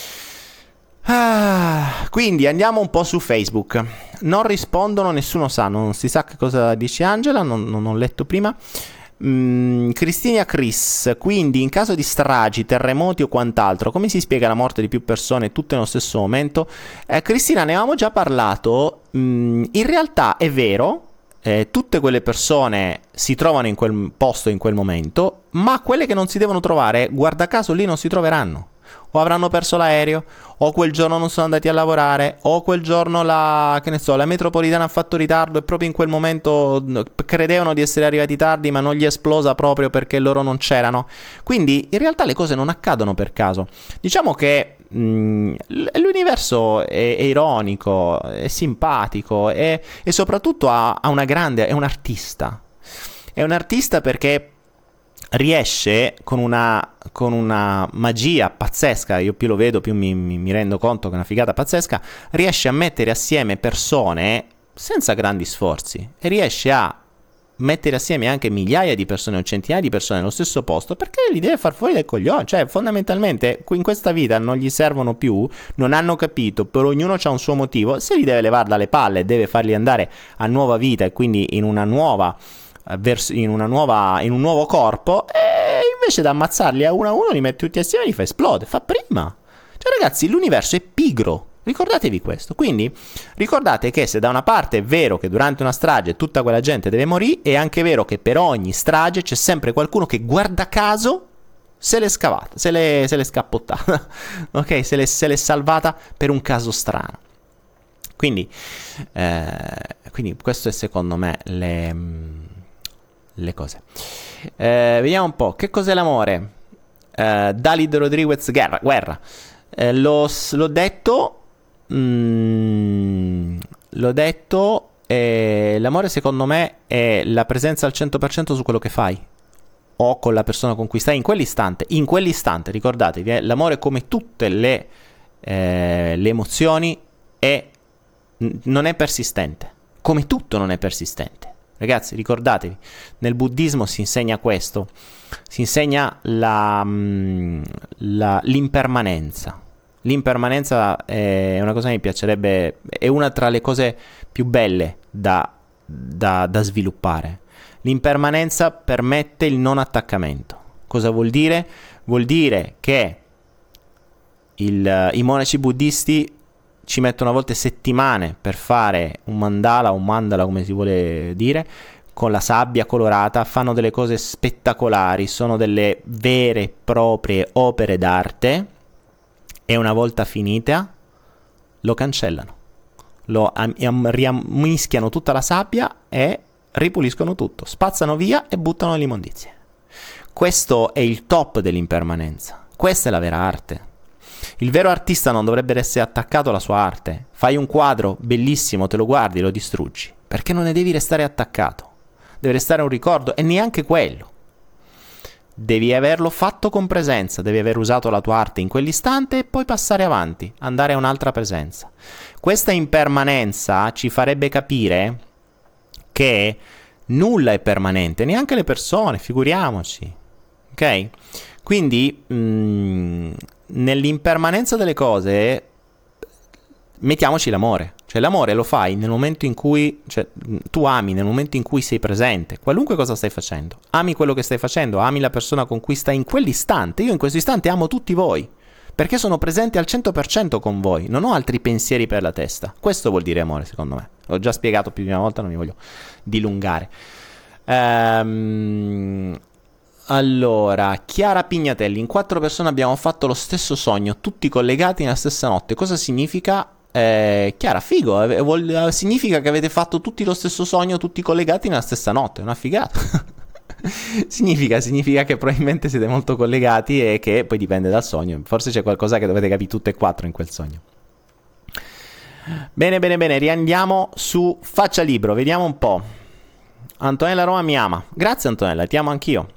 Quindi andiamo un po' su Facebook. Non rispondono, nessuno sa, non si sa che cosa dice Angela, non ho letto prima. Cristina Chris: quindi in caso di stragi, terremoti o quant'altro, come si spiega la morte di più persone tutte nello stesso momento? Cristina, ne avevamo già parlato. In realtà è vero, tutte quelle persone si trovano in quel posto in quel momento, ma quelle che non si devono trovare, guarda caso, lì non si troveranno. O avranno perso l'aereo, o quel giorno non sono andati a lavorare, o quel giorno la metropolitana ha fatto ritardo e proprio in quel momento credevano di essere arrivati tardi, ma non gli è esplosa proprio perché loro non c'erano. Quindi in realtà le cose non accadono per caso. Diciamo che l'universo è ironico, è simpatico e soprattutto è un artista. È un artista perché riesce con una magia pazzesca. Io più lo vedo più mi rendo conto che è una figata pazzesca. Riesce a mettere assieme persone senza grandi sforzi e riesce a mettere assieme anche migliaia di persone o centinaia di persone nello stesso posto, perché li deve far fuori dai coglioni. Cioè fondamentalmente in questa vita non gli servono più, non hanno capito, per ognuno c'ha un suo motivo, se li deve levare dalle palle, deve farli andare a nuova vita e quindi in un nuovo corpo, e invece da ammazzarli a uno li metti tutti assieme e li fa esplodere. Fa prima. Cioè ragazzi, l'universo è pigro, ricordatevi questo. Quindi ricordate che se da una parte è vero che durante una strage tutta quella gente deve morire, è anche vero che per ogni strage c'è sempre qualcuno che, guarda caso, se l'è scavata, se l'è scappottata. Ok? Se l'è salvata per un caso strano. Quindi questo è secondo me le cose. Vediamo un po'. Che cos'è l'amore? David Rodriguez Guerra. L'ho detto. L'amore secondo me è la presenza al 100% su quello che fai o con la persona con cui stai in quell'istante. Ricordatevi, l'amore, come tutte le emozioni, non è persistente. Come tutto non è persistente. Ragazzi, ricordatevi, nel buddismo si insegna questo, si insegna l'impermanenza. L'impermanenza è una cosa che mi piacerebbe, è una tra le cose più belle da sviluppare. L'impermanenza permette il non attaccamento. Cosa vuol dire? Vuol dire che i monaci buddisti ci mettono a volte settimane per fare un mandala come si vuole dire, con la sabbia colorata, fanno delle cose spettacolari, sono delle vere e proprie opere d'arte, e una volta finita lo cancellano, lo mischiano tutta la sabbia e ripuliscono tutto, spazzano via e buttano le immondizie. Questo è il top dell'impermanenza. Questa è la vera arte. Il vero artista non dovrebbe essere attaccato alla sua arte. Fai un quadro bellissimo, te lo guardi, lo distruggi, perché non ne devi restare attaccato. Deve restare un ricordo, e neanche quello. Devi averlo fatto con presenza, devi aver usato la tua arte in quell'istante e poi passare avanti, andare a un'altra presenza. Questa impermanenza ci farebbe capire che nulla è permanente, neanche le persone, figuriamoci. Ok? Quindi nell'impermanenza delle cose mettiamoci l'amore. Cioè l'amore lo fai nel momento in cui, cioè tu ami nel momento in cui sei presente, qualunque cosa stai facendo. Ami quello che stai facendo, ami la persona con cui stai in quell'istante. Io in questo istante amo tutti voi, perché sono presente al 100% con voi, non ho altri pensieri per la testa. Questo vuol dire amore, secondo me. L'ho già spiegato più di una volta, non mi voglio dilungare. Allora, Chiara Pignatelli, in 4 persone abbiamo fatto lo stesso sogno, tutti collegati nella stessa notte. Cosa significa? Chiara, figo, significa che avete fatto tutti lo stesso sogno, tutti collegati nella stessa notte, una figata. significa che probabilmente siete molto collegati e che poi dipende dal sogno. Forse c'è qualcosa che dovete capire tutte e 4 in quel sogno. Bene, riandiamo su Faccia Libro, vediamo un po'. Antonella Roma mi ama. Grazie Antonella, ti amo anch'io.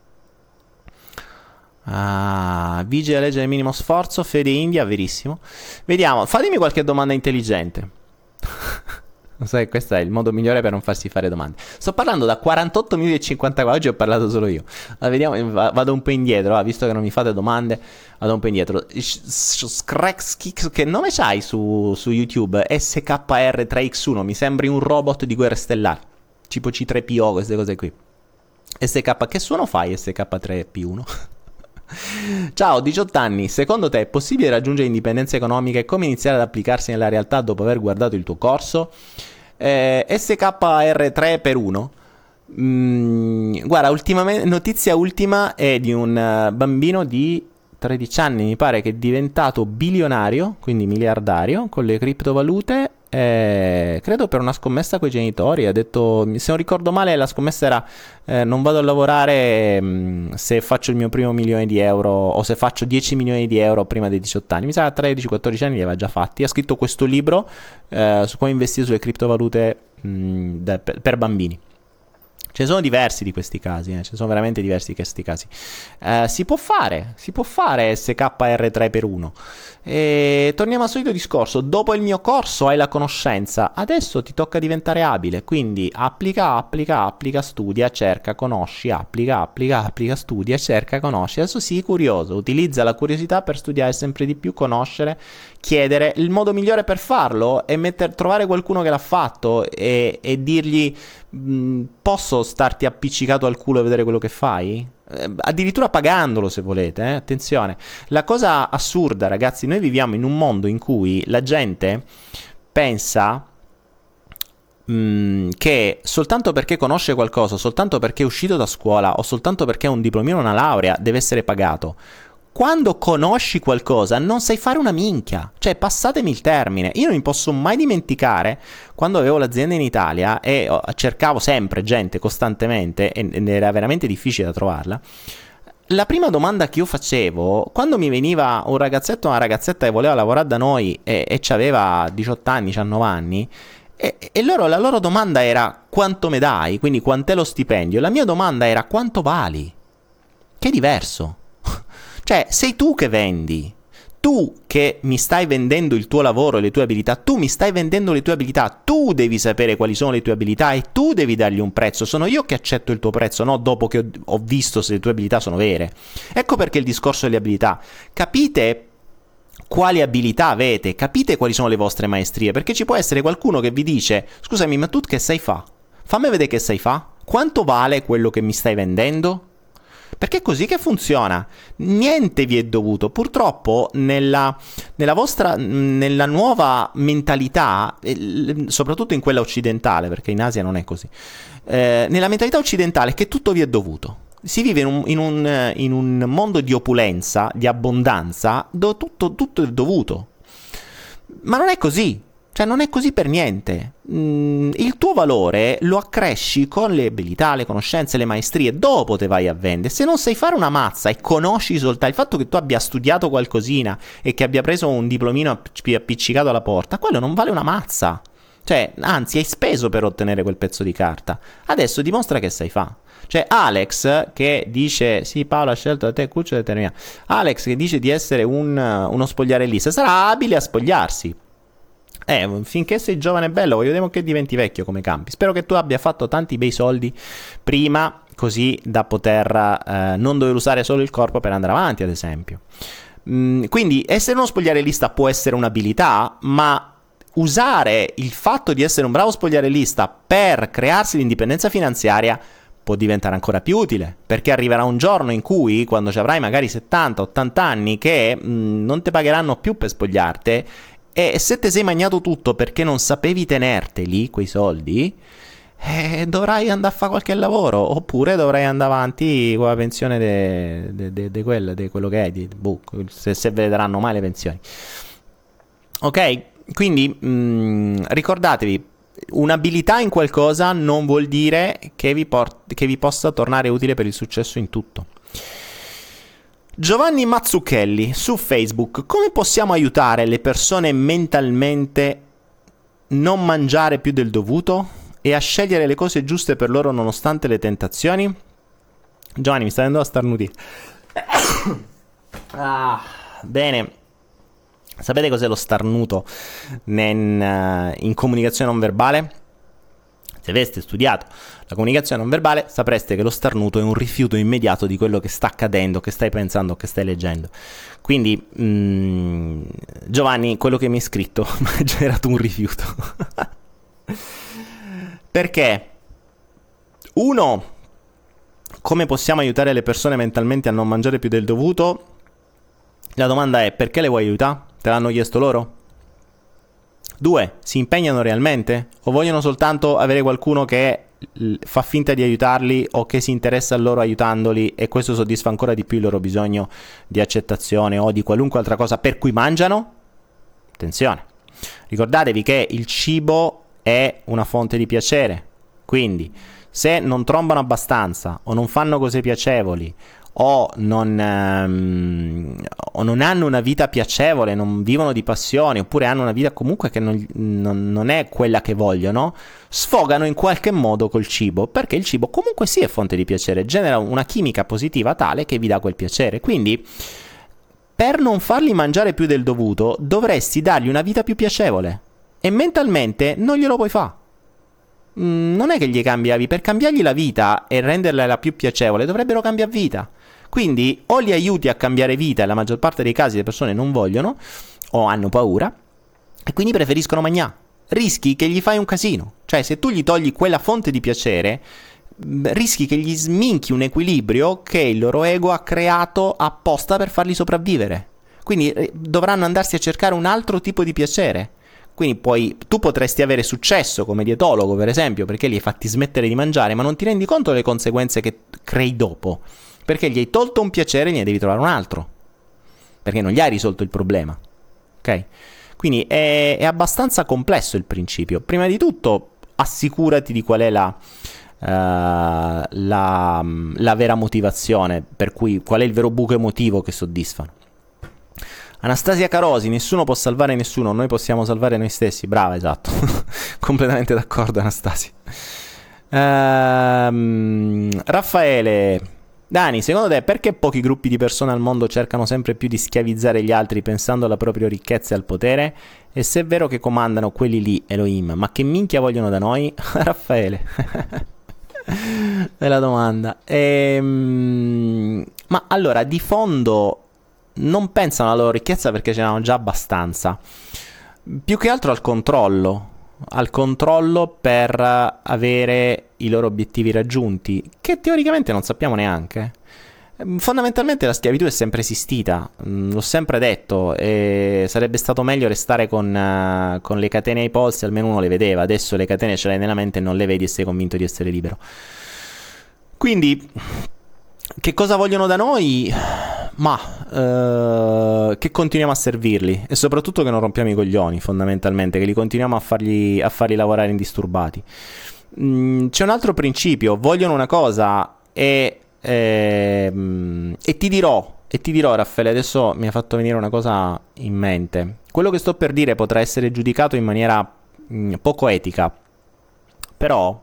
Vigile a leggere il minimo sforzo. Fede India, verissimo. Vediamo, fatemi qualche domanda intelligente. Lo sai, questo è il modo migliore per non farsi fare domande. Sto parlando da 48 minuti e 54. Oggi ho parlato solo io. Vediamo, vado un po' indietro, visto che non mi fate domande. Vado un po' indietro. Che nome c'hai su YouTube? SKR3X1. Mi sembri un robot di Guerre Stellari, tipo C3PO, queste cose qui. Che suono fai SK3P1? Ciao, 18 anni. Secondo te è possibile raggiungere indipendenza economica e come iniziare ad applicarsi nella realtà dopo aver guardato il tuo corso? SKR3 per 1. Guarda, notizia ultima è di un bambino di 13 anni, mi pare, che è diventato bilionario, quindi miliardario, con le criptovalute. Credo per una scommessa coi genitori. Ha detto, se non ricordo male, la scommessa era non vado a lavorare se faccio il mio primo €1.000.000 o se faccio 10 milioni di euro prima dei 18 anni. Mi sa che a 13-14 anni li aveva già fatti. Ha scritto questo libro su come investire sulle criptovalute per bambini. Ce ne sono diversi di questi casi, ce ne sono veramente diversi di questi casi. Si può fare SKR3 per 1. E torniamo al solito discorso. Dopo il mio corso hai la conoscenza, adesso ti tocca diventare abile, quindi applica, studia, cerca, conosci, applica, studia, cerca, conosci. Adesso sii curioso, utilizza la curiosità per studiare sempre di più, conoscere, chiedere. Il modo migliore per farlo è trovare qualcuno che l'ha fatto e dirgli: posso starti appiccicato al culo e vedere quello che fai? Addirittura pagandolo, se volete, attenzione. La cosa assurda, ragazzi, noi viviamo in un mondo in cui la gente pensa che soltanto perché conosce qualcosa, soltanto perché è uscito da scuola o soltanto perché ha un diplomino o una laurea deve essere pagato. Quando conosci qualcosa non sai fare una minchia. Cioè, passatemi il termine, io non mi posso mai dimenticare quando avevo l'azienda in Italia e cercavo sempre gente costantemente ed era veramente difficile da trovarla. La prima domanda che io facevo quando mi veniva un ragazzetto o una ragazzetta che voleva lavorare da noi e aveva 18 anni, 19 anni, e la loro domanda era: quanto me dai? Quindi quant'è lo stipendio? La mia domanda era: quanto vali? Che è diverso. Cioè, sei tu che vendi, tu che mi stai vendendo il tuo lavoro e le tue abilità, tu mi stai vendendo le tue abilità, tu devi sapere quali sono le tue abilità e tu devi dargli un prezzo. Sono io che accetto il tuo prezzo, no dopo che ho visto se le tue abilità sono vere. Ecco perché il discorso delle abilità. Capite quali abilità avete, capite quali sono le vostre maestrie, perché ci può essere qualcuno che vi dice: scusami, ma tu che sai fa? Fammi vedere che sai fa. Quanto vale quello che mi stai vendendo? Perché è così che funziona. Niente vi è dovuto. Purtroppo nella nuova mentalità, soprattutto in quella occidentale, perché in Asia non è così, nella mentalità occidentale è che tutto vi è dovuto. Si vive in un mondo di opulenza, di abbondanza, dove tutto è dovuto. Ma non è così. Cioè non è così per niente. Il tuo valore lo accresci con le abilità, le conoscenze, le maestrie. Dopo te vai a vendere. Se non sai fare una mazza e conosci soltanto il fatto che tu abbia studiato qualcosina e che abbia preso un diplomino appiccicato alla porta, quello non vale una mazza. Cioè, anzi, hai speso per ottenere quel pezzo di carta. Adesso dimostra che sai fare. Cioè, Alex che dice, sì, Paolo ha scelto da te, Cuccio determinato. Alex che dice di essere uno spogliarellista, sarà abile a spogliarsi. Finché sei giovane e bello, vediamo che diventi vecchio come campi. Spero che tu abbia fatto tanti bei soldi prima, così da poter non dover usare solo il corpo per andare avanti, ad esempio. Quindi essere uno spogliarellista può essere un'abilità, ma usare il fatto di essere un bravo spogliarellista per crearsi l'indipendenza finanziaria può diventare ancora più utile, perché arriverà un giorno in cui, quando ci avrai magari 70-80 anni, che non ti pagheranno più per spogliarti. E se te sei magnato tutto perché non sapevi tenerteli quei soldi, dovrai andare a fare qualche lavoro, oppure dovrai andare avanti con la pensione di quello che è, se vedranno mai le pensioni. Ok? Quindi ricordatevi, un'abilità in qualcosa non vuol dire che vi possa tornare utile per il successo in tutto. Giovanni Mazzucchelli su Facebook: come possiamo aiutare le persone mentalmente non mangiare più del dovuto e a scegliere le cose giuste per loro nonostante le tentazioni? Giovanni, mi sta venendo a starnutire. Bene. Sapete cos'è lo starnuto in comunicazione non verbale? Se aveste studiato la comunicazione non verbale, sapreste che lo starnuto è un rifiuto immediato di quello che sta accadendo, che stai pensando, che stai leggendo. Quindi, Giovanni, quello che mi hai scritto mi ha generato un rifiuto. Perché? Uno, come possiamo aiutare le persone mentalmente a non mangiare più del dovuto? La domanda è: perché le vuoi aiutare? Te l'hanno chiesto loro? 2. Si impegnano realmente? O vogliono soltanto avere qualcuno che fa finta di aiutarli o che si interessa a loro aiutandoli, e questo soddisfa ancora di più il loro bisogno di accettazione o di qualunque altra cosa per cui mangiano? Attenzione, ricordatevi che il cibo è una fonte di piacere, quindi se non trombano abbastanza o non fanno cose piacevoli o non hanno una vita piacevole, non vivono di passione, oppure hanno una vita comunque che non è quella che vogliono, sfogano in qualche modo col cibo, perché il cibo comunque sì è fonte di piacere, genera una chimica positiva tale che vi dà quel piacere. Quindi, per non farli mangiare più del dovuto, dovresti dargli una vita più piacevole, e mentalmente non glielo puoi fare. Non è che gli cambiavi, per cambiargli la vita e renderla più piacevole dovrebbero cambiare vita. Quindi o li aiuti a cambiare vita, e la maggior parte dei casi le persone non vogliono o hanno paura e quindi preferiscono mangiare. Rischi che gli fai un casino. Cioè, se tu gli togli quella fonte di piacere, rischi che gli sminchi un equilibrio che il loro ego ha creato apposta per farli sopravvivere. Quindi dovranno andarsi a cercare un altro tipo di piacere. Quindi tu potresti avere successo come dietologo, per esempio, perché li hai fatti smettere di mangiare, ma non ti rendi conto delle conseguenze che crei dopo, perché gli hai tolto un piacere e ne devi trovare un altro, perché non gli hai risolto il problema. Ok? Quindi è abbastanza complesso il principio. Prima di tutto assicurati di qual è la vera motivazione, per cui qual è il vero buco emotivo che soddisfano. Anastasia Carosi: nessuno può salvare nessuno, noi possiamo salvare noi stessi. Brava, esatto. Completamente d'accordo, Anastasia. Raffaele: Dani, secondo te perché pochi gruppi di persone al mondo cercano sempre più di schiavizzare gli altri pensando alla propria ricchezza e al potere? E se è vero che comandano quelli lì, Elohim, ma che minchia vogliono da noi? Raffaele. Bella domanda. Ma allora, di fondo non pensano alla loro ricchezza perché ce n'hanno già abbastanza, più che altro al controllo per avere i loro obiettivi raggiunti, che teoricamente non sappiamo neanche. Fondamentalmente la schiavitù è sempre esistita, l'ho sempre detto, e sarebbe stato meglio restare con le catene ai polsi, almeno uno le vedeva. Adesso le catene ce le hai nella mente e non le vedi e sei convinto di essere libero. Quindi che cosa vogliono da noi? Ma che continuiamo a servirli e soprattutto che non rompiamo i coglioni, fondamentalmente, che li continuiamo a farli lavorare indisturbati. C'è un altro principio: vogliono una cosa e ti dirò, Raffaele, adesso mi ha fatto venire una cosa in mente. Quello che sto per dire potrà essere giudicato in maniera poco etica, però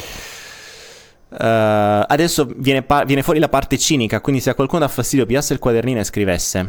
adesso viene fuori la parte cinica, quindi se a qualcuno dà fastidio pigliasse il quadernino e scrivesse.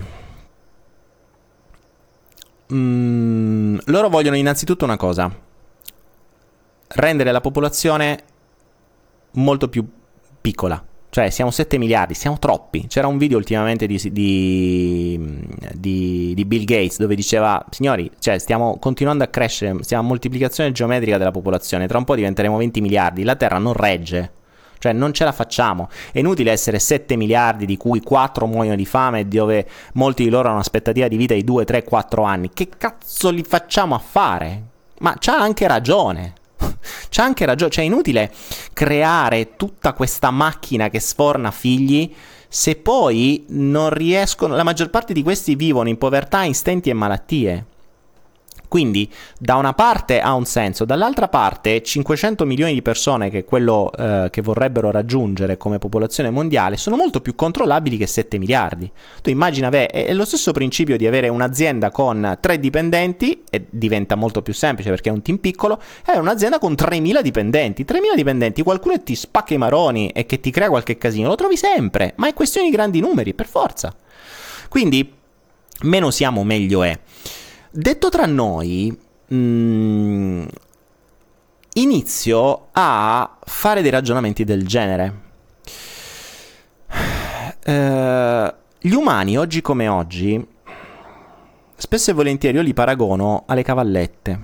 Loro vogliono innanzitutto una cosa: rendere la popolazione molto più piccola. Cioè siamo 7 miliardi, siamo troppi. C'era un video ultimamente di Bill Gates dove diceva: signori, cioè stiamo continuando a crescere, stiamo a moltiplicazione geometrica della popolazione, tra un po' diventeremo 20 miliardi, la Terra non regge, cioè non ce la facciamo. È inutile essere 7 miliardi di cui 4 muoiono di fame, dove molti di loro hanno un'aspettativa di vita di 2, 3, 4 anni. Che cazzo li facciamo a fare? Ma c'ha anche ragione. C'ha anche ragione, cioè è inutile creare tutta questa macchina che sforna figli se poi non riescono. La maggior parte di questi vivono in povertà, in stenti e malattie. Quindi da una parte ha un senso, dall'altra parte 500 milioni di persone, che è quello che vorrebbero raggiungere come popolazione mondiale, sono molto più controllabili che 7 miliardi. Tu immagina, è lo stesso principio di avere un'azienda con 3 dipendenti, e diventa molto più semplice perché è un team piccolo, è un'azienda con 3.000 dipendenti. 3.000 dipendenti, qualcuno che ti spacca i maroni e che ti crea qualche casino, lo trovi sempre, ma è questione di grandi numeri, per forza. Quindi meno siamo, meglio è. Detto tra noi, inizio a fare dei ragionamenti del genere. Gli umani, oggi come oggi, spesso e volentieri io li paragono alle cavallette.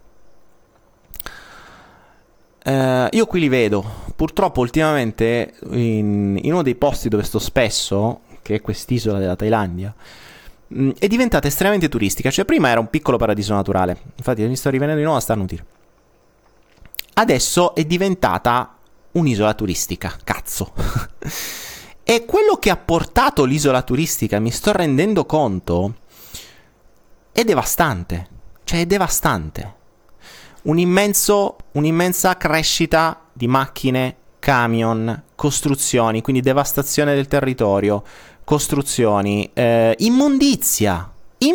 Io qui li vedo, purtroppo ultimamente, in uno dei posti dove sto spesso, che è quest'isola della Thailandia, è diventata estremamente turistica. Cioè prima era un piccolo paradiso naturale, infatti mi sto rivenendo di nuovo a starnutire. Adesso è diventata un'isola turistica, cazzo. E quello che ha portato l'isola turistica, mi sto rendendo conto, è devastante. Cioè è devastante. Un'immensa crescita di macchine, camion, costruzioni, quindi devastazione del territorio, costruzioni, immondizia.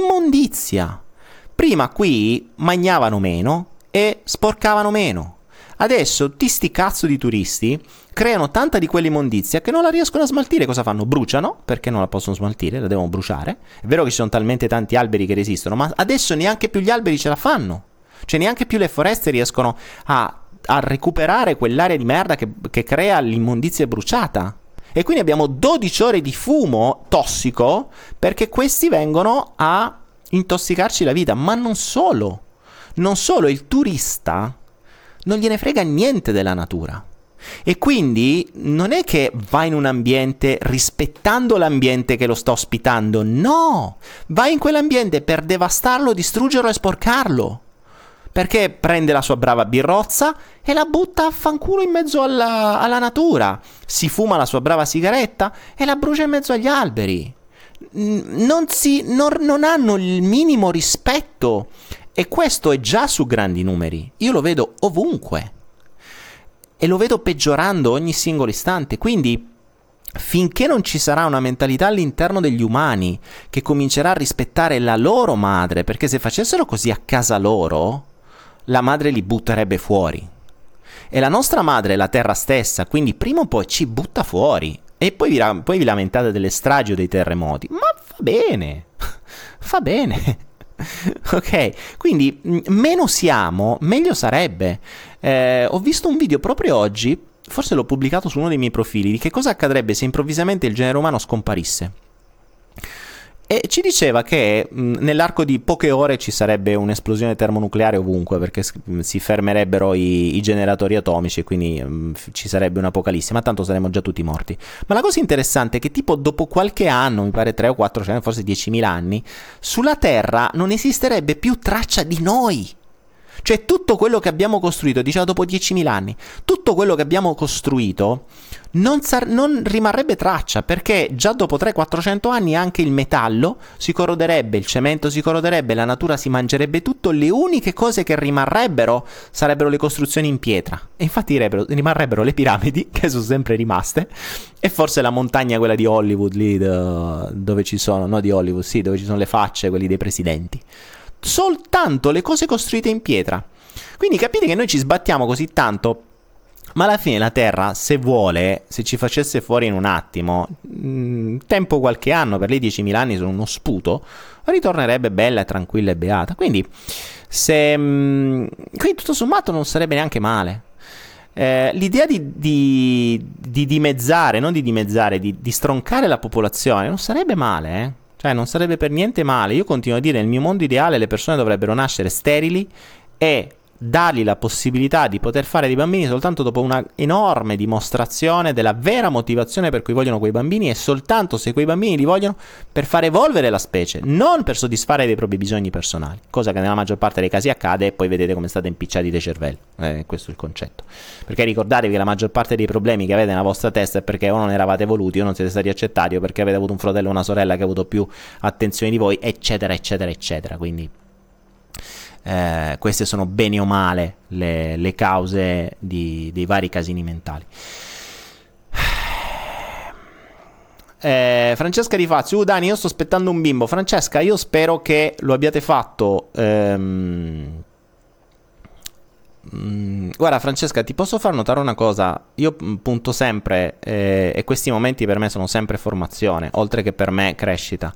Prima qui magnavano meno e sporcavano meno. Adesso sti cazzo di turisti creano tanta di quell'immondizia che non la riescono a smaltire. Cosa fanno? Bruciano, perché non la possono smaltire, la devono bruciare. È vero che ci sono talmente tanti alberi che resistono, ma adesso neanche più gli alberi ce la fanno. Cioè neanche più le foreste riescono a recuperare quell'area di merda che crea l'immondizia bruciata. E quindi abbiamo 12 ore di fumo tossico perché questi vengono a intossicarci la vita. Ma non solo, il turista non gliene frega niente della natura. E quindi non è che va in un ambiente rispettando l'ambiente che lo sta ospitando, no, va in quell'ambiente per devastarlo, distruggerlo e sporcarlo. Perché prende la sua brava birrozza e la butta a fanculo in mezzo alla natura. Si fuma la sua brava sigaretta e la brucia in mezzo agli alberi. Non hanno il minimo rispetto. E questo è già su grandi numeri. Io lo vedo ovunque. E lo vedo peggiorando ogni singolo istante. Quindi finché non ci sarà una mentalità all'interno degli umani che comincerà a rispettare la loro madre, perché se facessero così a casa loro, la madre li butterebbe fuori. E la nostra madre è la terra stessa, quindi prima o poi ci butta fuori. E poi vi lamentate delle stragi o dei terremoti. Ma va bene, va bene. Ok, quindi meno siamo, meglio sarebbe. Ho visto un video proprio oggi, forse l'ho pubblicato su uno dei miei profili, di che cosa accadrebbe se improvvisamente il genere umano scomparisse. E ci diceva che nell'arco di poche ore ci sarebbe un'esplosione termonucleare ovunque, perché si fermerebbero i generatori atomici e quindi ci sarebbe un'apocalisse, ma tanto saremmo già tutti morti. Ma la cosa interessante è che tipo dopo qualche anno, mi pare 3 o 4, forse 10.000 anni, sulla Terra non esisterebbe più traccia di noi. Cioè tutto quello che abbiamo costruito, diciamo dopo 10.000 anni, tutto quello che abbiamo costruito non rimarrebbe traccia, perché già dopo 300-400 anni anche il metallo si corroderebbe, il cemento si corroderebbe, la natura si mangerebbe tutto, le uniche cose che rimarrebbero sarebbero le costruzioni in pietra, e infatti rimarrebbero le piramidi, che sono sempre rimaste, e forse la montagna quella di Hollywood lì, dove ci sono, no di Hollywood, sì, dove ci sono le facce, quelli dei presidenti. Soltanto le cose costruite in pietra. Quindi capite che noi ci sbattiamo così tanto, ma alla fine la Terra, se vuole, se ci facesse fuori in un attimo, tempo qualche anno, per lei 10.000 anni sono uno sputo, ritornerebbe bella e tranquilla e beata. Quindi quindi tutto sommato non sarebbe neanche male. L'idea di dimezzare, non di dimezzare, di stroncare la popolazione non sarebbe male, eh? Cioè non sarebbe per niente male. Io continuo a dire, nel mio mondo ideale le persone dovrebbero nascere sterili e dargli la possibilità di poter fare dei bambini soltanto dopo una enorme dimostrazione della vera motivazione per cui vogliono quei bambini, e soltanto se quei bambini li vogliono per far evolvere la specie, non per soddisfare dei propri bisogni personali, cosa che nella maggior parte dei casi accade, e poi vedete come state impicciati dei cervelli. Questo è il concetto, perché ricordatevi che la maggior parte dei problemi che avete nella vostra testa è perché o non eravate voluti, o non siete stati accettati, o perché avete avuto un fratello o una sorella che ha avuto più attenzione di voi, eccetera eccetera eccetera. Quindi queste sono bene o male le cause dei vari casini mentali. Francesca Di Fazio: Dani, io sto aspettando un bimbo. Francesca, io spero che lo abbiate fatto. Guarda Francesca, ti posso far notare una cosa. Io punto sempre, e questi momenti per me sono sempre formazione, oltre che per me crescita.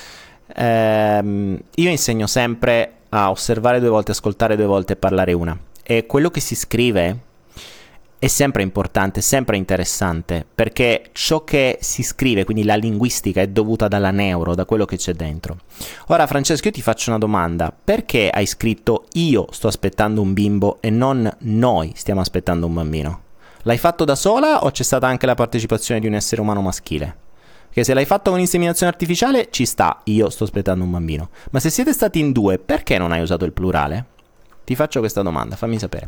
Io insegno sempre a osservare 2 volte, ascoltare 2 volte e parlare una. E quello che si scrive è sempre importante, sempre interessante, perché ciò che si scrive, quindi la linguistica, è dovuta dalla neuro, da quello che c'è dentro. Ora Francesco, io ti faccio una domanda: perché hai scritto io sto aspettando un bimbo e non noi stiamo aspettando un bambino? L'hai fatto da sola o c'è stata anche la partecipazione di un essere umano maschile? Che se l'hai fatto con inseminazione artificiale ci sta, io sto aspettando un bambino. Ma se siete stati in 2, perché non hai usato il plurale? Ti faccio questa domanda, fammi sapere.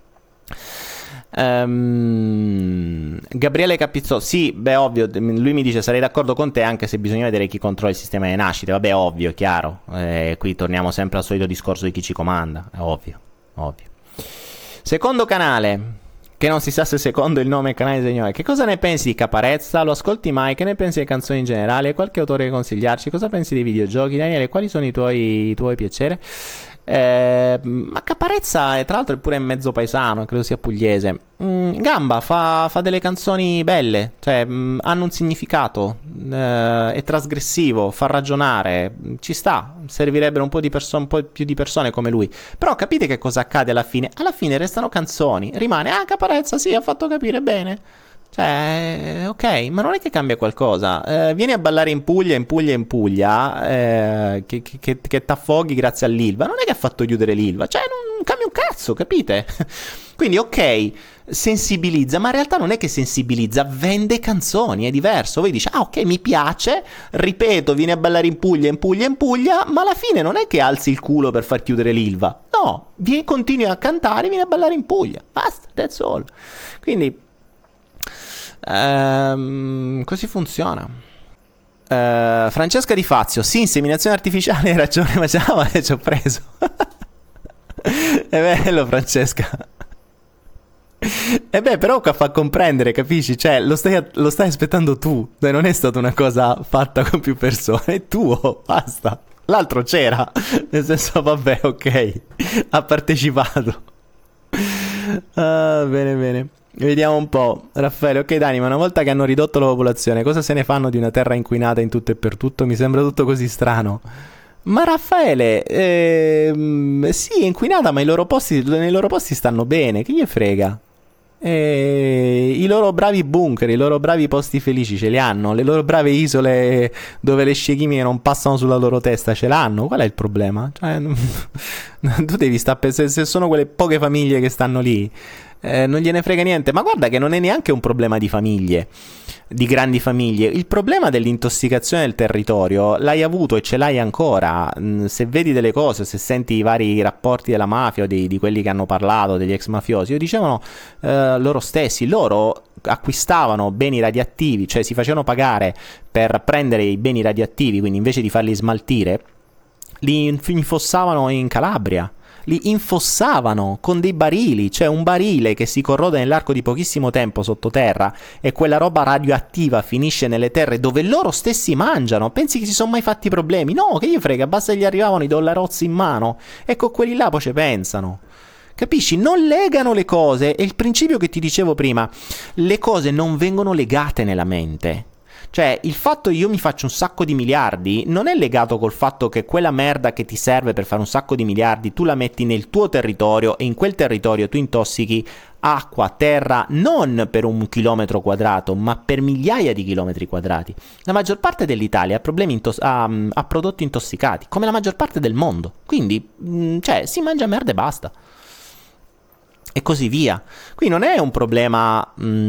Gabriele Capizzò: sì, beh, ovvio, lui mi dice sarei d'accordo con te, anche se bisogna vedere chi controlla il sistema di nascite. Vabbè, ovvio, chiaro. Qui torniamo sempre al solito discorso di chi ci comanda. È ovvio, ovvio. Secondo canale, che non si sa se secondo il nome canale di Signore. Che cosa ne pensi di Caparezza? Lo ascolti mai? Che ne pensi delle canzoni in generale? Qualche autore che consigliarci? Cosa pensi dei videogiochi? Daniele, quali sono i tuoi piaceri? Ma Caparezza, tra l'altro, è pure mezzo paesano, credo sia pugliese. Gamba fa delle canzoni belle, cioè hanno un significato, è trasgressivo, fa ragionare, ci sta. Servirebbero un po' più di persone come lui. Però capite che cosa accade alla fine? Alla fine restano canzoni, rimane Caparezza, sì, ha fatto capire bene. Cioè, ok, ma non è che cambia qualcosa. Vieni a ballare in Puglia, che t'affoghi grazie all'Ilva. Non è che ha fatto chiudere l'Ilva, cioè non cambia un cazzo, capite? Quindi, ok, sensibilizza, ma in realtà non è che sensibilizza, vende canzoni, è diverso. Voi dici, ok, mi piace, ripeto, vieni a ballare in Puglia, ma alla fine non è che alzi il culo per far chiudere l'Ilva. No, continui a cantare, vieni a ballare in Puglia. Basta, that's all. Quindi così funziona. Francesca Di Fazio: sì, inseminazione artificiale, hai ragione, ma ci ho preso. È bello, Francesca. E beh, però fa comprendere, capisci? Cioè, lo stai aspettando tu. Non è stata una cosa fatta con più persone, è tuo, basta. L'altro c'era, nel senso, vabbè, ok, ha partecipato. Bene. Vediamo un po'. Raffaele: ok Dani, ma una volta che hanno ridotto la popolazione, cosa se ne fanno di una terra inquinata in tutto e per tutto? Mi sembra tutto così strano. Ma Raffaele, sì, è inquinata, ma nei loro posti stanno bene, che gli frega? I loro bravi bunker, i loro bravi posti felici ce li hanno, le loro brave isole dove le scie chimiche non passano sulla loro testa ce l'hanno. Qual è il problema? Cioè, tu devi stare, se sono quelle poche famiglie che stanno lì, non gliene frega niente. Ma guarda che non è neanche un problema di famiglie. di grandi famiglie. Il problema dell'intossicazione del territorio l'hai avuto e ce l'hai ancora. Se vedi delle cose, se senti i vari rapporti della mafia o di quelli che hanno parlato, degli ex mafiosi, dicevano loro stessi, loro acquistavano beni radioattivi, cioè si facevano pagare per prendere i beni radioattivi, quindi invece di farli smaltire li infossavano in Calabria, li infossavano con dei barili, cioè un barile che si corrode nell'arco di pochissimo tempo sottoterra e quella roba radioattiva finisce nelle terre dove loro stessi mangiano. Pensi che si sono mai fatti problemi? No, che gli frega, basta che gli arrivavano i dollarozzi in mano e con quelli là poi ci pensano. Capisci? Non legano le cose. È il principio che ti dicevo prima, le cose non vengono legate nella mente. Cioè, il fatto che io mi faccio un sacco di miliardi non è legato col fatto che quella merda che ti serve per fare un sacco di miliardi tu la metti nel tuo territorio e in quel territorio tu intossichi acqua, terra, non per 1 chilometro quadrato, ma per migliaia di chilometri quadrati. La maggior parte dell'Italia ha problemi ha prodotti intossicati, come la maggior parte del mondo. Quindi, cioè, si mangia merda e basta. E così via. Qui non è un problema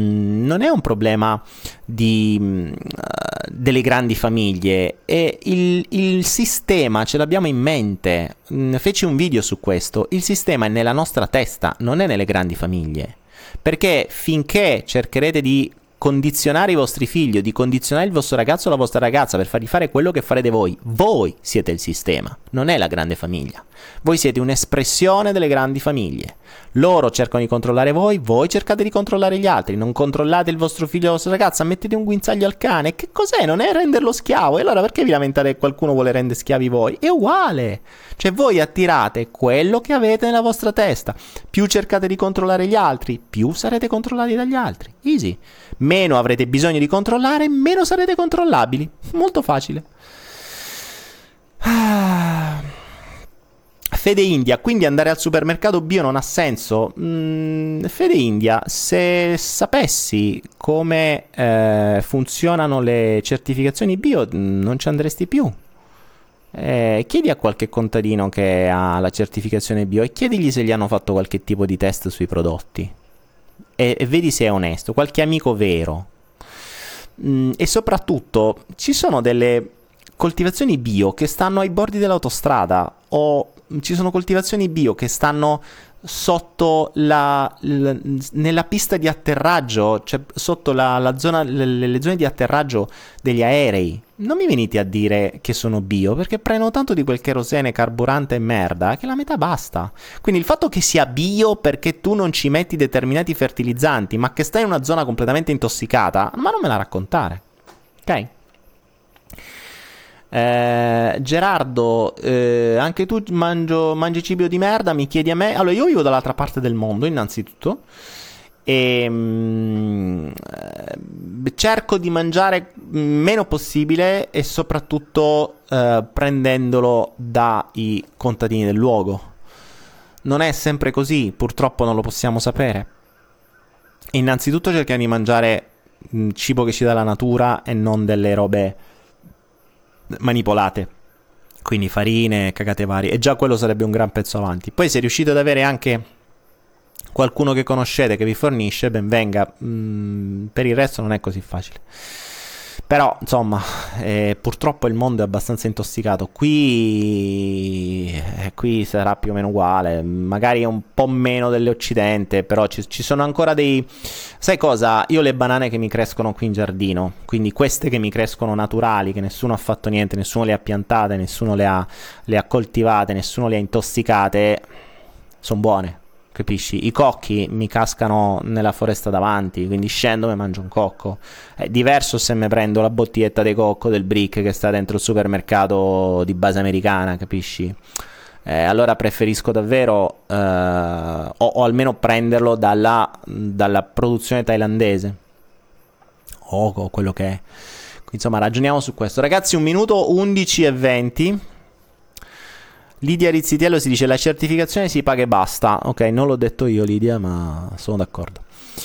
delle grandi famiglie, e il sistema ce l'abbiamo in mente. Feci un video su questo. Il sistema è nella nostra testa, non è nelle grandi famiglie, perché finché cercherete di condizionare i vostri figli o di condizionare il vostro ragazzo o la vostra ragazza per fargli fare quello che farete voi siete il sistema, non è la grande famiglia. Voi siete un'espressione delle grandi famiglie. Loro cercano di controllare voi cercate di controllare gli altri. Non controllate il vostro figlio o la vostra ragazza, mettete un guinzaglio al cane. Che cos'è? Non è renderlo schiavo. E allora perché vi lamentate che qualcuno vuole rendere schiavi voi? È uguale. Cioè voi attirate quello che avete nella vostra testa. Più cercate di controllare gli altri, più sarete controllati dagli altri. Easy. Meno avrete bisogno di controllare, meno sarete controllabili. Molto facile. Fede India, quindi andare al supermercato bio non ha senso? Fede India, se sapessi come funzionano le certificazioni bio non ci andresti più. Chiedi a qualche contadino che ha la certificazione bio e chiedigli se gli hanno fatto qualche tipo di test sui prodotti e vedi se è onesto, qualche amico vero. E soprattutto ci sono delle coltivazioni bio che stanno ai bordi dell'autostrada, o ci sono coltivazioni bio che stanno sotto nella pista di atterraggio, cioè sotto la zona, le zone di atterraggio degli aerei. Non mi venite a dire che sono bio, perché prendono tanto di quel kerosene, carburante e merda che la metà basta. Quindi il fatto che sia bio perché tu non ci metti determinati fertilizzanti, ma che stai in una zona completamente intossicata, ma non me la raccontare, ok? Gerardo, anche tu mangi cibo di merda, mi chiedi a me. Allora, io vivo dall'altra parte del mondo innanzitutto e cerco di mangiare meno possibile e soprattutto prendendolo dai contadini del luogo. Non è sempre così, purtroppo non lo possiamo sapere. Innanzitutto cerchiamo di mangiare cibo che ci dà la natura e non delle robe manipolate, quindi farine, cagate varie, e già quello sarebbe un gran pezzo avanti. Poi se riuscite ad avere anche qualcuno che conoscete che vi fornisce, ben venga. Per il resto non è così facile, però insomma purtroppo il mondo è abbastanza intossicato. Qui sarà più o meno uguale, magari un po' meno dell'Occidente, però ci sono ancora dei... Sai cosa? Io le banane che mi crescono qui in giardino, quindi queste che mi crescono naturali, che nessuno ha fatto niente, nessuno le ha piantate, nessuno le ha coltivate, nessuno le ha intossicate, sono buone, capisci? I cocchi mi cascano nella foresta davanti, quindi scendo e mangio un cocco. È diverso se mi prendo la bottiglietta di cocco del Brick che sta dentro il supermercato di base americana, capisci? Allora preferisco davvero o almeno prenderlo dalla produzione thailandese o quello che è. Quindi, insomma, ragioniamo su questo. Ragazzi, 1 minuto 11 e 20. Lidia Rizzitiello si dice: la certificazione si paga e basta. Ok, non l'ho detto io, Lidia, ma sono d'accordo.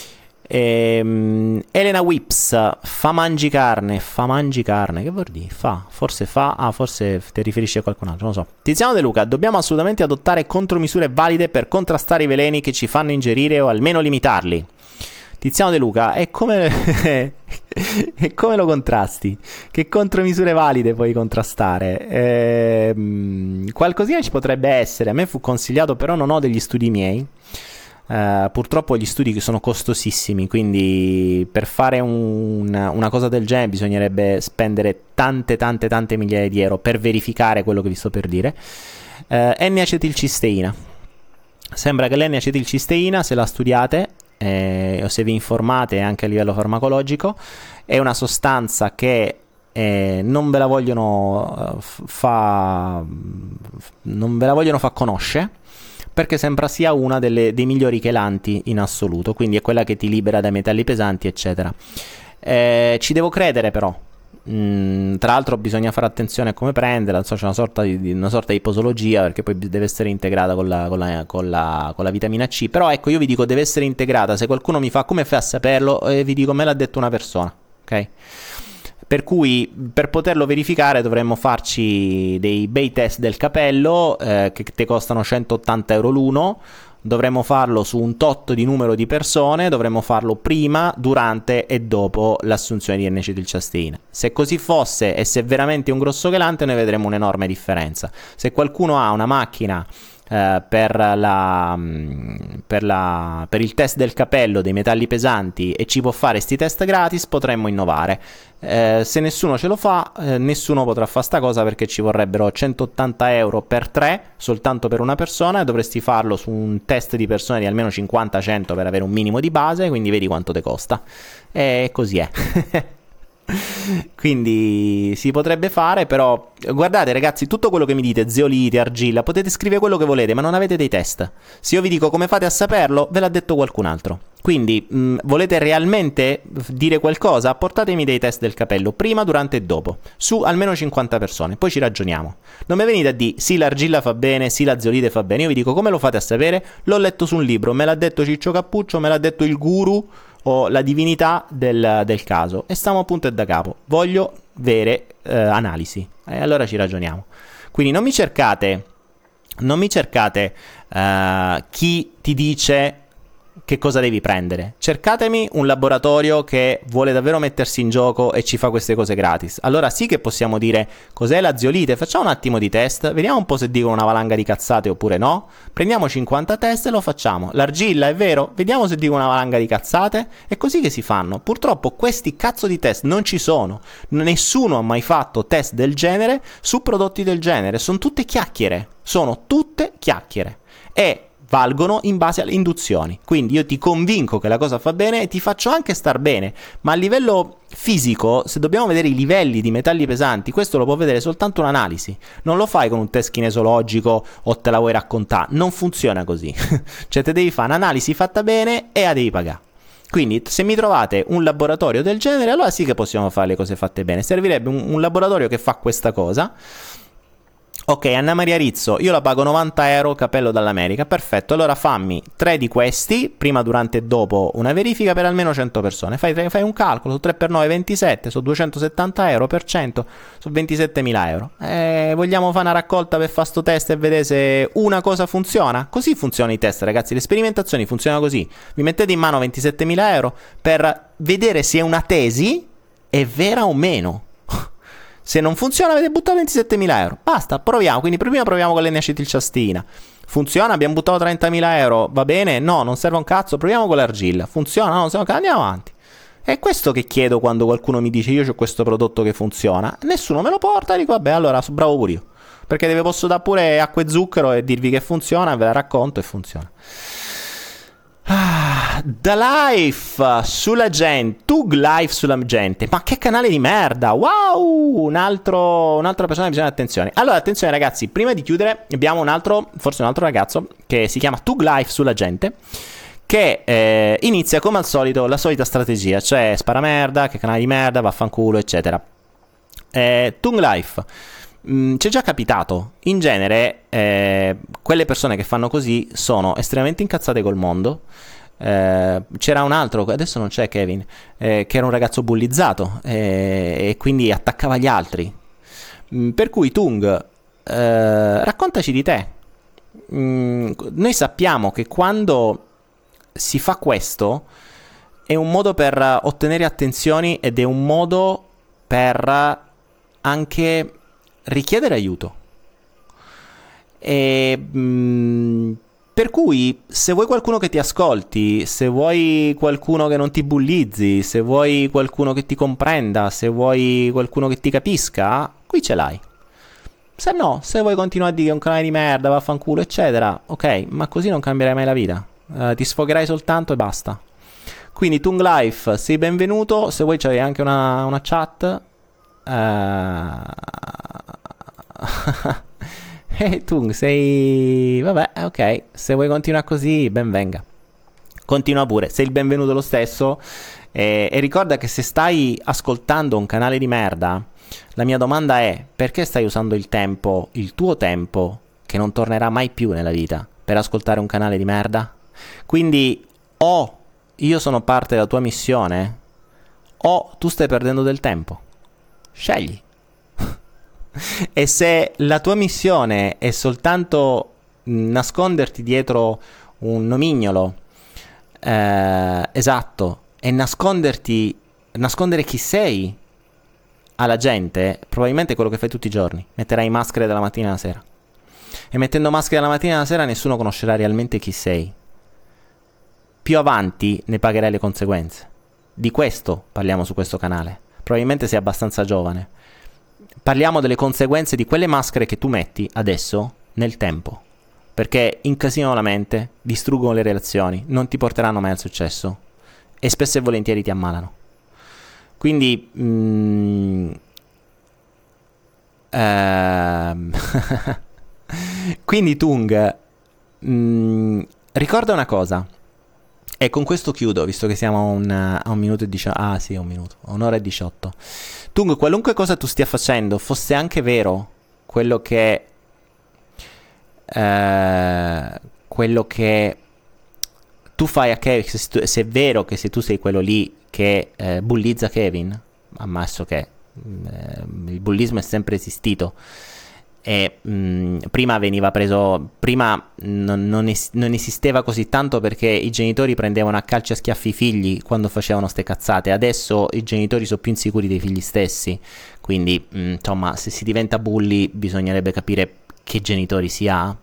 Elena Whips, fa mangi carne, che vuol dire? Forse ti riferisci a qualcun altro, non lo so. Tiziano De Luca, dobbiamo assolutamente adottare contromisure valide per contrastare i veleni che ci fanno ingerire o almeno limitarli. Tiziano De Luca, e come, e come lo contrasti? Che contromisure valide puoi contrastare? Qualcosina ci potrebbe essere. A me fu consigliato, però non ho degli studi miei. Purtroppo gli studi sono costosissimi, quindi per fare una cosa del genere bisognerebbe spendere tante migliaia di euro per verificare quello che vi sto per dire. N-acetilcisteina. Sembra che l'N-acetilcisteina, se la studiate o se vi informate anche a livello farmacologico, è una sostanza che non ve la vogliono fa conoscere, perché sembra sia una dei migliori chelanti in assoluto, quindi è quella che ti libera dai metalli pesanti, eccetera. Ci devo credere, però. Tra l'altro bisogna fare attenzione a come prenderla, c'è una sorta di posologia, perché poi deve essere integrata con la vitamina C. Però ecco, io vi dico, deve essere integrata. Se qualcuno mi fa come fai a saperlo, vi dico, me l'ha detto una persona, ok? Per cui per poterlo verificare dovremmo farci dei bei test del capello che ti costano 180 euro l'uno. Dovremmo farlo su un tot di numero di persone, dovremmo farlo prima, durante e dopo l'assunzione di N-acetilcisteina. Se così fosse, e se veramente è un grosso chelante, noi vedremo un'enorme differenza. Se qualcuno ha una macchina per il test del capello dei metalli pesanti e ci può fare sti test gratis, potremmo innovare. Se nessuno ce lo fa, nessuno potrà fare sta cosa, perché ci vorrebbero 180 euro per 3 soltanto per una persona, e dovresti farlo su un test di persone di almeno 50-100 per avere un minimo di base, quindi vedi quanto te costa. E così è. Quindi si potrebbe fare, però guardate ragazzi, tutto quello che mi dite, zeolite, argilla, potete scrivere quello che volete, ma non avete dei test. Se io vi dico come fate a saperlo, ve l'ha detto qualcun altro. Quindi volete realmente dire qualcosa? Portatemi dei test del capello prima, durante e dopo, su almeno 50 persone, poi ci ragioniamo. Non mi venite a dire sì, l'argilla fa bene, sì, la zeolite fa bene. Io vi dico come lo fate a sapere? L'ho letto su un libro, me l'ha detto Ciccio Cappuccio, me l'ha detto il guru o la divinità del caso, e stiamo a punto e da capo. Voglio vere analisi, e allora ci ragioniamo. Quindi non mi cercate chi ti dice che cosa devi prendere. Cercatemi un laboratorio che vuole davvero mettersi in gioco e ci fa queste cose gratis. Allora sì che possiamo dire cos'è la zeolite, facciamo un attimo di test, vediamo un po' se dicono una valanga di cazzate oppure no. Prendiamo 50 test e lo facciamo. L'argilla è vero? Vediamo se dicono una valanga di cazzate. È così che si fanno. Purtroppo questi cazzo di test non ci sono. Nessuno ha mai fatto test del genere su prodotti del genere. Sono tutte chiacchiere. E valgono in base alle induzioni. Quindi io ti convinco che la cosa fa bene e ti faccio anche star bene, ma a livello fisico, se dobbiamo vedere i livelli di metalli pesanti, questo lo può vedere soltanto un'analisi. Non lo fai con un test kinesologico o te la vuoi raccontare. Non funziona così. Cioè te devi fare un'analisi fatta bene e la devi pagare. Quindi se mi trovate un laboratorio del genere, allora sì che possiamo fare le cose fatte bene. Servirebbe un laboratorio che fa questa cosa. Ok, Anna Maria Rizzo, io la pago 90 euro, capello dall'America, perfetto. Allora fammi 3 di questi, prima, durante e dopo una verifica, per almeno 100 persone. Fai un calcolo, su 3 per 9 27, su 270 euro per 100, su 27.000 euro. Vogliamo fare una raccolta per fare sto test e vedere se una cosa funziona? Così funzionano i test, ragazzi, le sperimentazioni funzionano così. Vi mettete in mano 27.000 euro per vedere se una tesi è vera o meno. Se non funziona avete buttato 27.000 euro. Basta, proviamo. Quindi prima proviamo con l'N-acetilcisteina. Funziona? Abbiamo buttato 30.000 euro. Va bene? No, non serve un cazzo. Proviamo con l'argilla. Funziona? No, non serve un cazzo. Andiamo avanti. È questo che chiedo quando qualcuno mi dice io ho questo prodotto che funziona. Nessuno me lo porta e dico vabbè, allora sono bravo pure io. Perché vi posso dare pure acqua e zucchero e dirvi che funziona, ve la racconto e funziona. The Life sulla gente, Tug Life sulla gente. Ma che canale di merda! Wow! Un'altra persona che bisogna attenzione. Allora, attenzione ragazzi, prima di chiudere abbiamo forse un altro ragazzo che si chiama Tug Life sulla gente, che inizia come al solito la solita strategia, cioè spara merda, che canale di merda, vaffanculo, eccetera. Tug Life. C'è già capitato. In genere quelle persone che fanno così sono estremamente incazzate col mondo. C'era un altro, adesso non c'è, Kevin, che era un ragazzo bullizzato e quindi attaccava gli altri. Per cui Tung, raccontaci di te. Noi sappiamo che quando si fa questo è un modo per ottenere attenzioni ed è un modo per anche richiedere aiuto. Per cui se vuoi qualcuno che ti ascolti, se vuoi qualcuno che non ti bullizzi, se vuoi qualcuno che ti comprenda, se vuoi qualcuno che ti capisca, qui ce l'hai. Se no, se vuoi continuare a dire che è un canale di merda, vaffanculo, eccetera, ok, ma così non cambierai mai la vita. Ti sfogherai soltanto e basta. Quindi Tung Life, sei benvenuto. Se vuoi c'hai anche una chat. Tung, sei... Vabbè, ok. Se vuoi continuare così, ben venga. Continua pure, sei il benvenuto lo stesso. E ricorda che se stai ascoltando un canale di merda, la mia domanda è: perché stai usando il tempo, il tuo tempo, che non tornerà mai più nella vita, per ascoltare un canale di merda? Quindi o io sono parte della tua missione, o tu stai perdendo del tempo. Scegli. E se la tua missione è soltanto nasconderti dietro un nomignolo, esatto, e nascondere chi sei alla gente, probabilmente è quello che fai tutti i giorni. Metterai maschere dalla mattina alla sera. E mettendo maschere dalla mattina alla sera nessuno conoscerà realmente chi sei. Più avanti ne pagherai le conseguenze. Di questo parliamo su questo canale. Probabilmente sei abbastanza giovane. Parliamo delle conseguenze di quelle maschere che tu metti adesso nel tempo. Perché incasinano la mente, distruggono le relazioni, non ti porteranno mai al successo. E spesso e volentieri ti ammalano. Quindi quindi Tung, ricorda una cosa, e con questo chiudo, visto che siamo a un minuto e 18. Ah sì, un minuto, un'ora e 18. Tung, qualunque cosa tu stia facendo, fosse anche vero quello che tu fai a Kevin, se è vero che se tu sei quello lì che bullizza Kevin, ammesso che il bullismo è sempre esistito, e prima veniva preso, prima non esisteva così tanto perché i genitori prendevano a calci e a schiaffi i figli quando facevano ste cazzate. Adesso i genitori sono più insicuri dei figli stessi, quindi insomma, se si diventa bulli bisognerebbe capire che genitori si ha.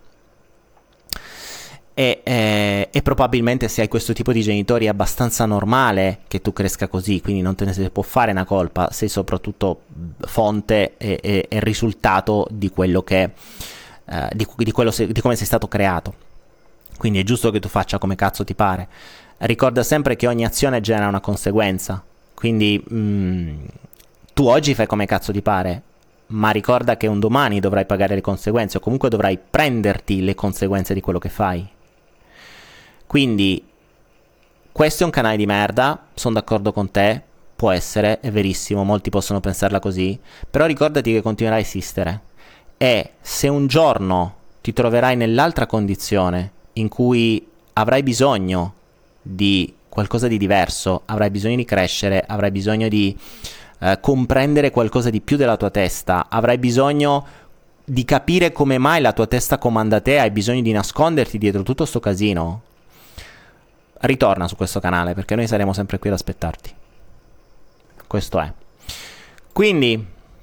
E probabilmente se hai questo tipo di genitori è abbastanza normale che tu cresca così, quindi non te ne si può fare una colpa, sei soprattutto fonte e risultato di quello che di come sei stato creato. Quindi è giusto che tu faccia come cazzo ti pare. Ricorda sempre che ogni azione genera una conseguenza, quindi tu oggi fai come cazzo ti pare, ma ricorda che un domani dovrai pagare le conseguenze, o comunque dovrai prenderti le conseguenze di quello che fai. Quindi questo è un canale di merda, sono d'accordo con te, può essere, è verissimo, molti possono pensarla così, però ricordati che continuerà a esistere, e se un giorno ti troverai nell'altra condizione in cui avrai bisogno di qualcosa di diverso, avrai bisogno di crescere, avrai bisogno di comprendere qualcosa di più della tua testa, avrai bisogno di capire come mai la tua testa comanda te, hai bisogno di nasconderti dietro tutto sto casino, ritorna su questo canale, perché noi saremo sempre qui ad aspettarti. Questo è. Quindi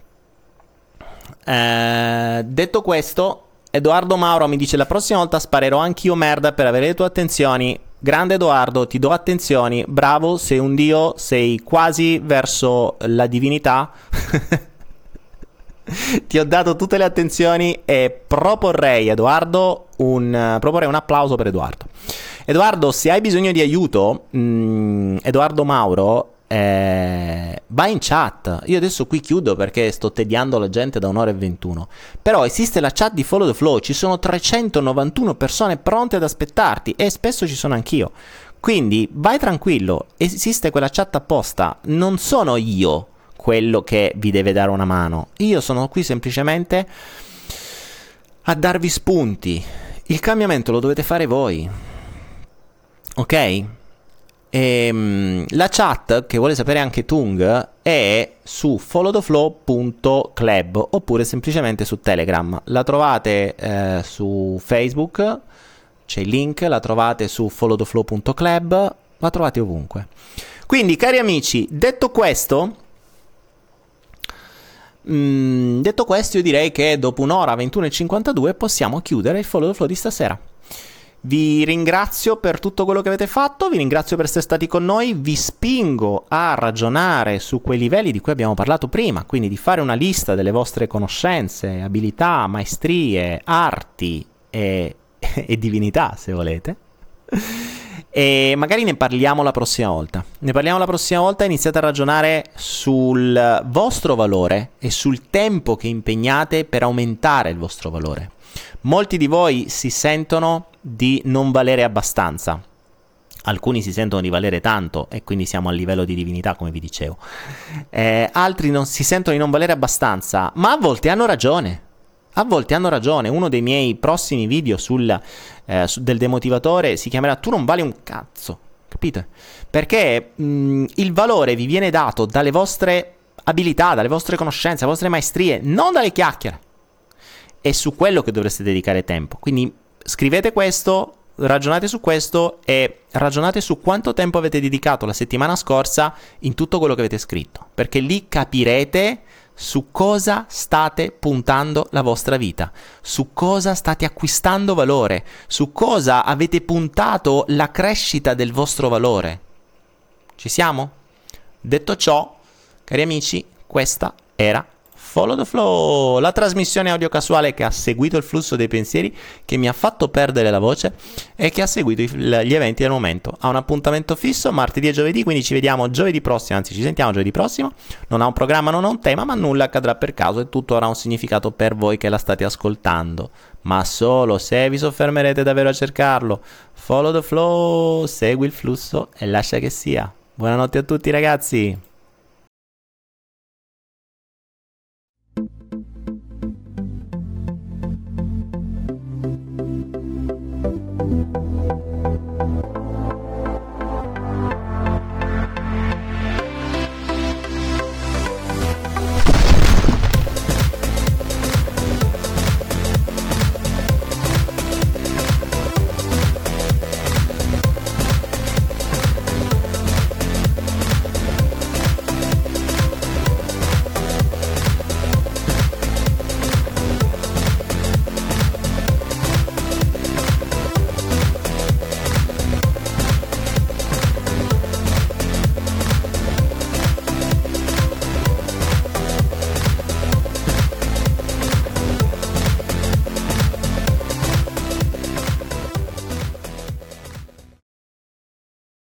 detto questo, Edoardo Mauro mi dice: la prossima volta sparerò anch'io merda per avere le tue attenzioni. Grande Edoardo, ti do attenzioni, bravo, sei un dio, sei quasi verso la divinità. Ti ho dato tutte le attenzioni e proporrei, Edoardo, un applauso per Edoardo. Edoardo, se hai bisogno di aiuto, Edoardo Mauro, vai in chat. Io adesso qui chiudo perché sto tediando la gente da 1 ora e 21. Però esiste la chat di Follow the Flow, ci sono 391 persone pronte ad aspettarti e spesso ci sono anch'io. Quindi vai tranquillo, esiste quella chat apposta, non sono io quello che vi deve dare una mano. Io sono qui semplicemente a darvi spunti. Il cambiamento lo dovete fare voi. Ok? La chat che vuole sapere anche Tung è su followtheflow.club oppure semplicemente su Telegram. La trovate su Facebook, c'è il link, la trovate su followtheflow.club la trovate ovunque. Quindi, cari amici, detto questo, io direi che dopo un'ora 21:52 possiamo chiudere il Follow the Flow di stasera. Vi ringrazio per tutto quello che avete fatto, vi ringrazio per essere stati con noi, vi spingo a ragionare su quei livelli di cui abbiamo parlato prima, quindi di fare una lista delle vostre conoscenze, abilità, maestrie, arti e divinità, se volete. E magari ne parliamo la prossima volta. Iniziate a ragionare sul vostro valore e sul tempo che impegnate per aumentare il vostro valore. Molti di voi si sentono di non valere abbastanza. Alcuni si sentono di valere tanto e quindi siamo a livello di divinità, come vi dicevo. Altri non si sentono di non valere abbastanza, ma a volte hanno ragione. Uno dei miei prossimi video del demotivatore si chiamerà "Tu non vali un cazzo", capite? Perché il valore vi viene dato dalle vostre abilità, dalle vostre conoscenze, dalle vostre maestrie, non dalle chiacchiere. È su quello che dovreste dedicare tempo. Quindi scrivete questo, ragionate su questo e ragionate su quanto tempo avete dedicato la settimana scorsa in tutto quello che avete scritto, perché lì capirete su cosa state puntando la vostra vita, su cosa state acquistando valore, su cosa avete puntato la crescita del vostro valore. Ci siamo? Detto ciò, cari amici, questa era Follow the Flow, la trasmissione audio casuale che ha seguito il flusso dei pensieri, che mi ha fatto perdere la voce e che ha seguito gli eventi del momento. Ha un appuntamento fisso martedì e giovedì, quindi ci vediamo giovedì prossimo, anzi ci sentiamo giovedì prossimo. Non ha un programma, non ha un tema, ma nulla accadrà per caso e tutto avrà un significato per voi che la state ascoltando, ma solo se vi soffermerete davvero a cercarlo. Follow the Flow, segui il flusso e lascia che sia. Buonanotte a tutti ragazzi.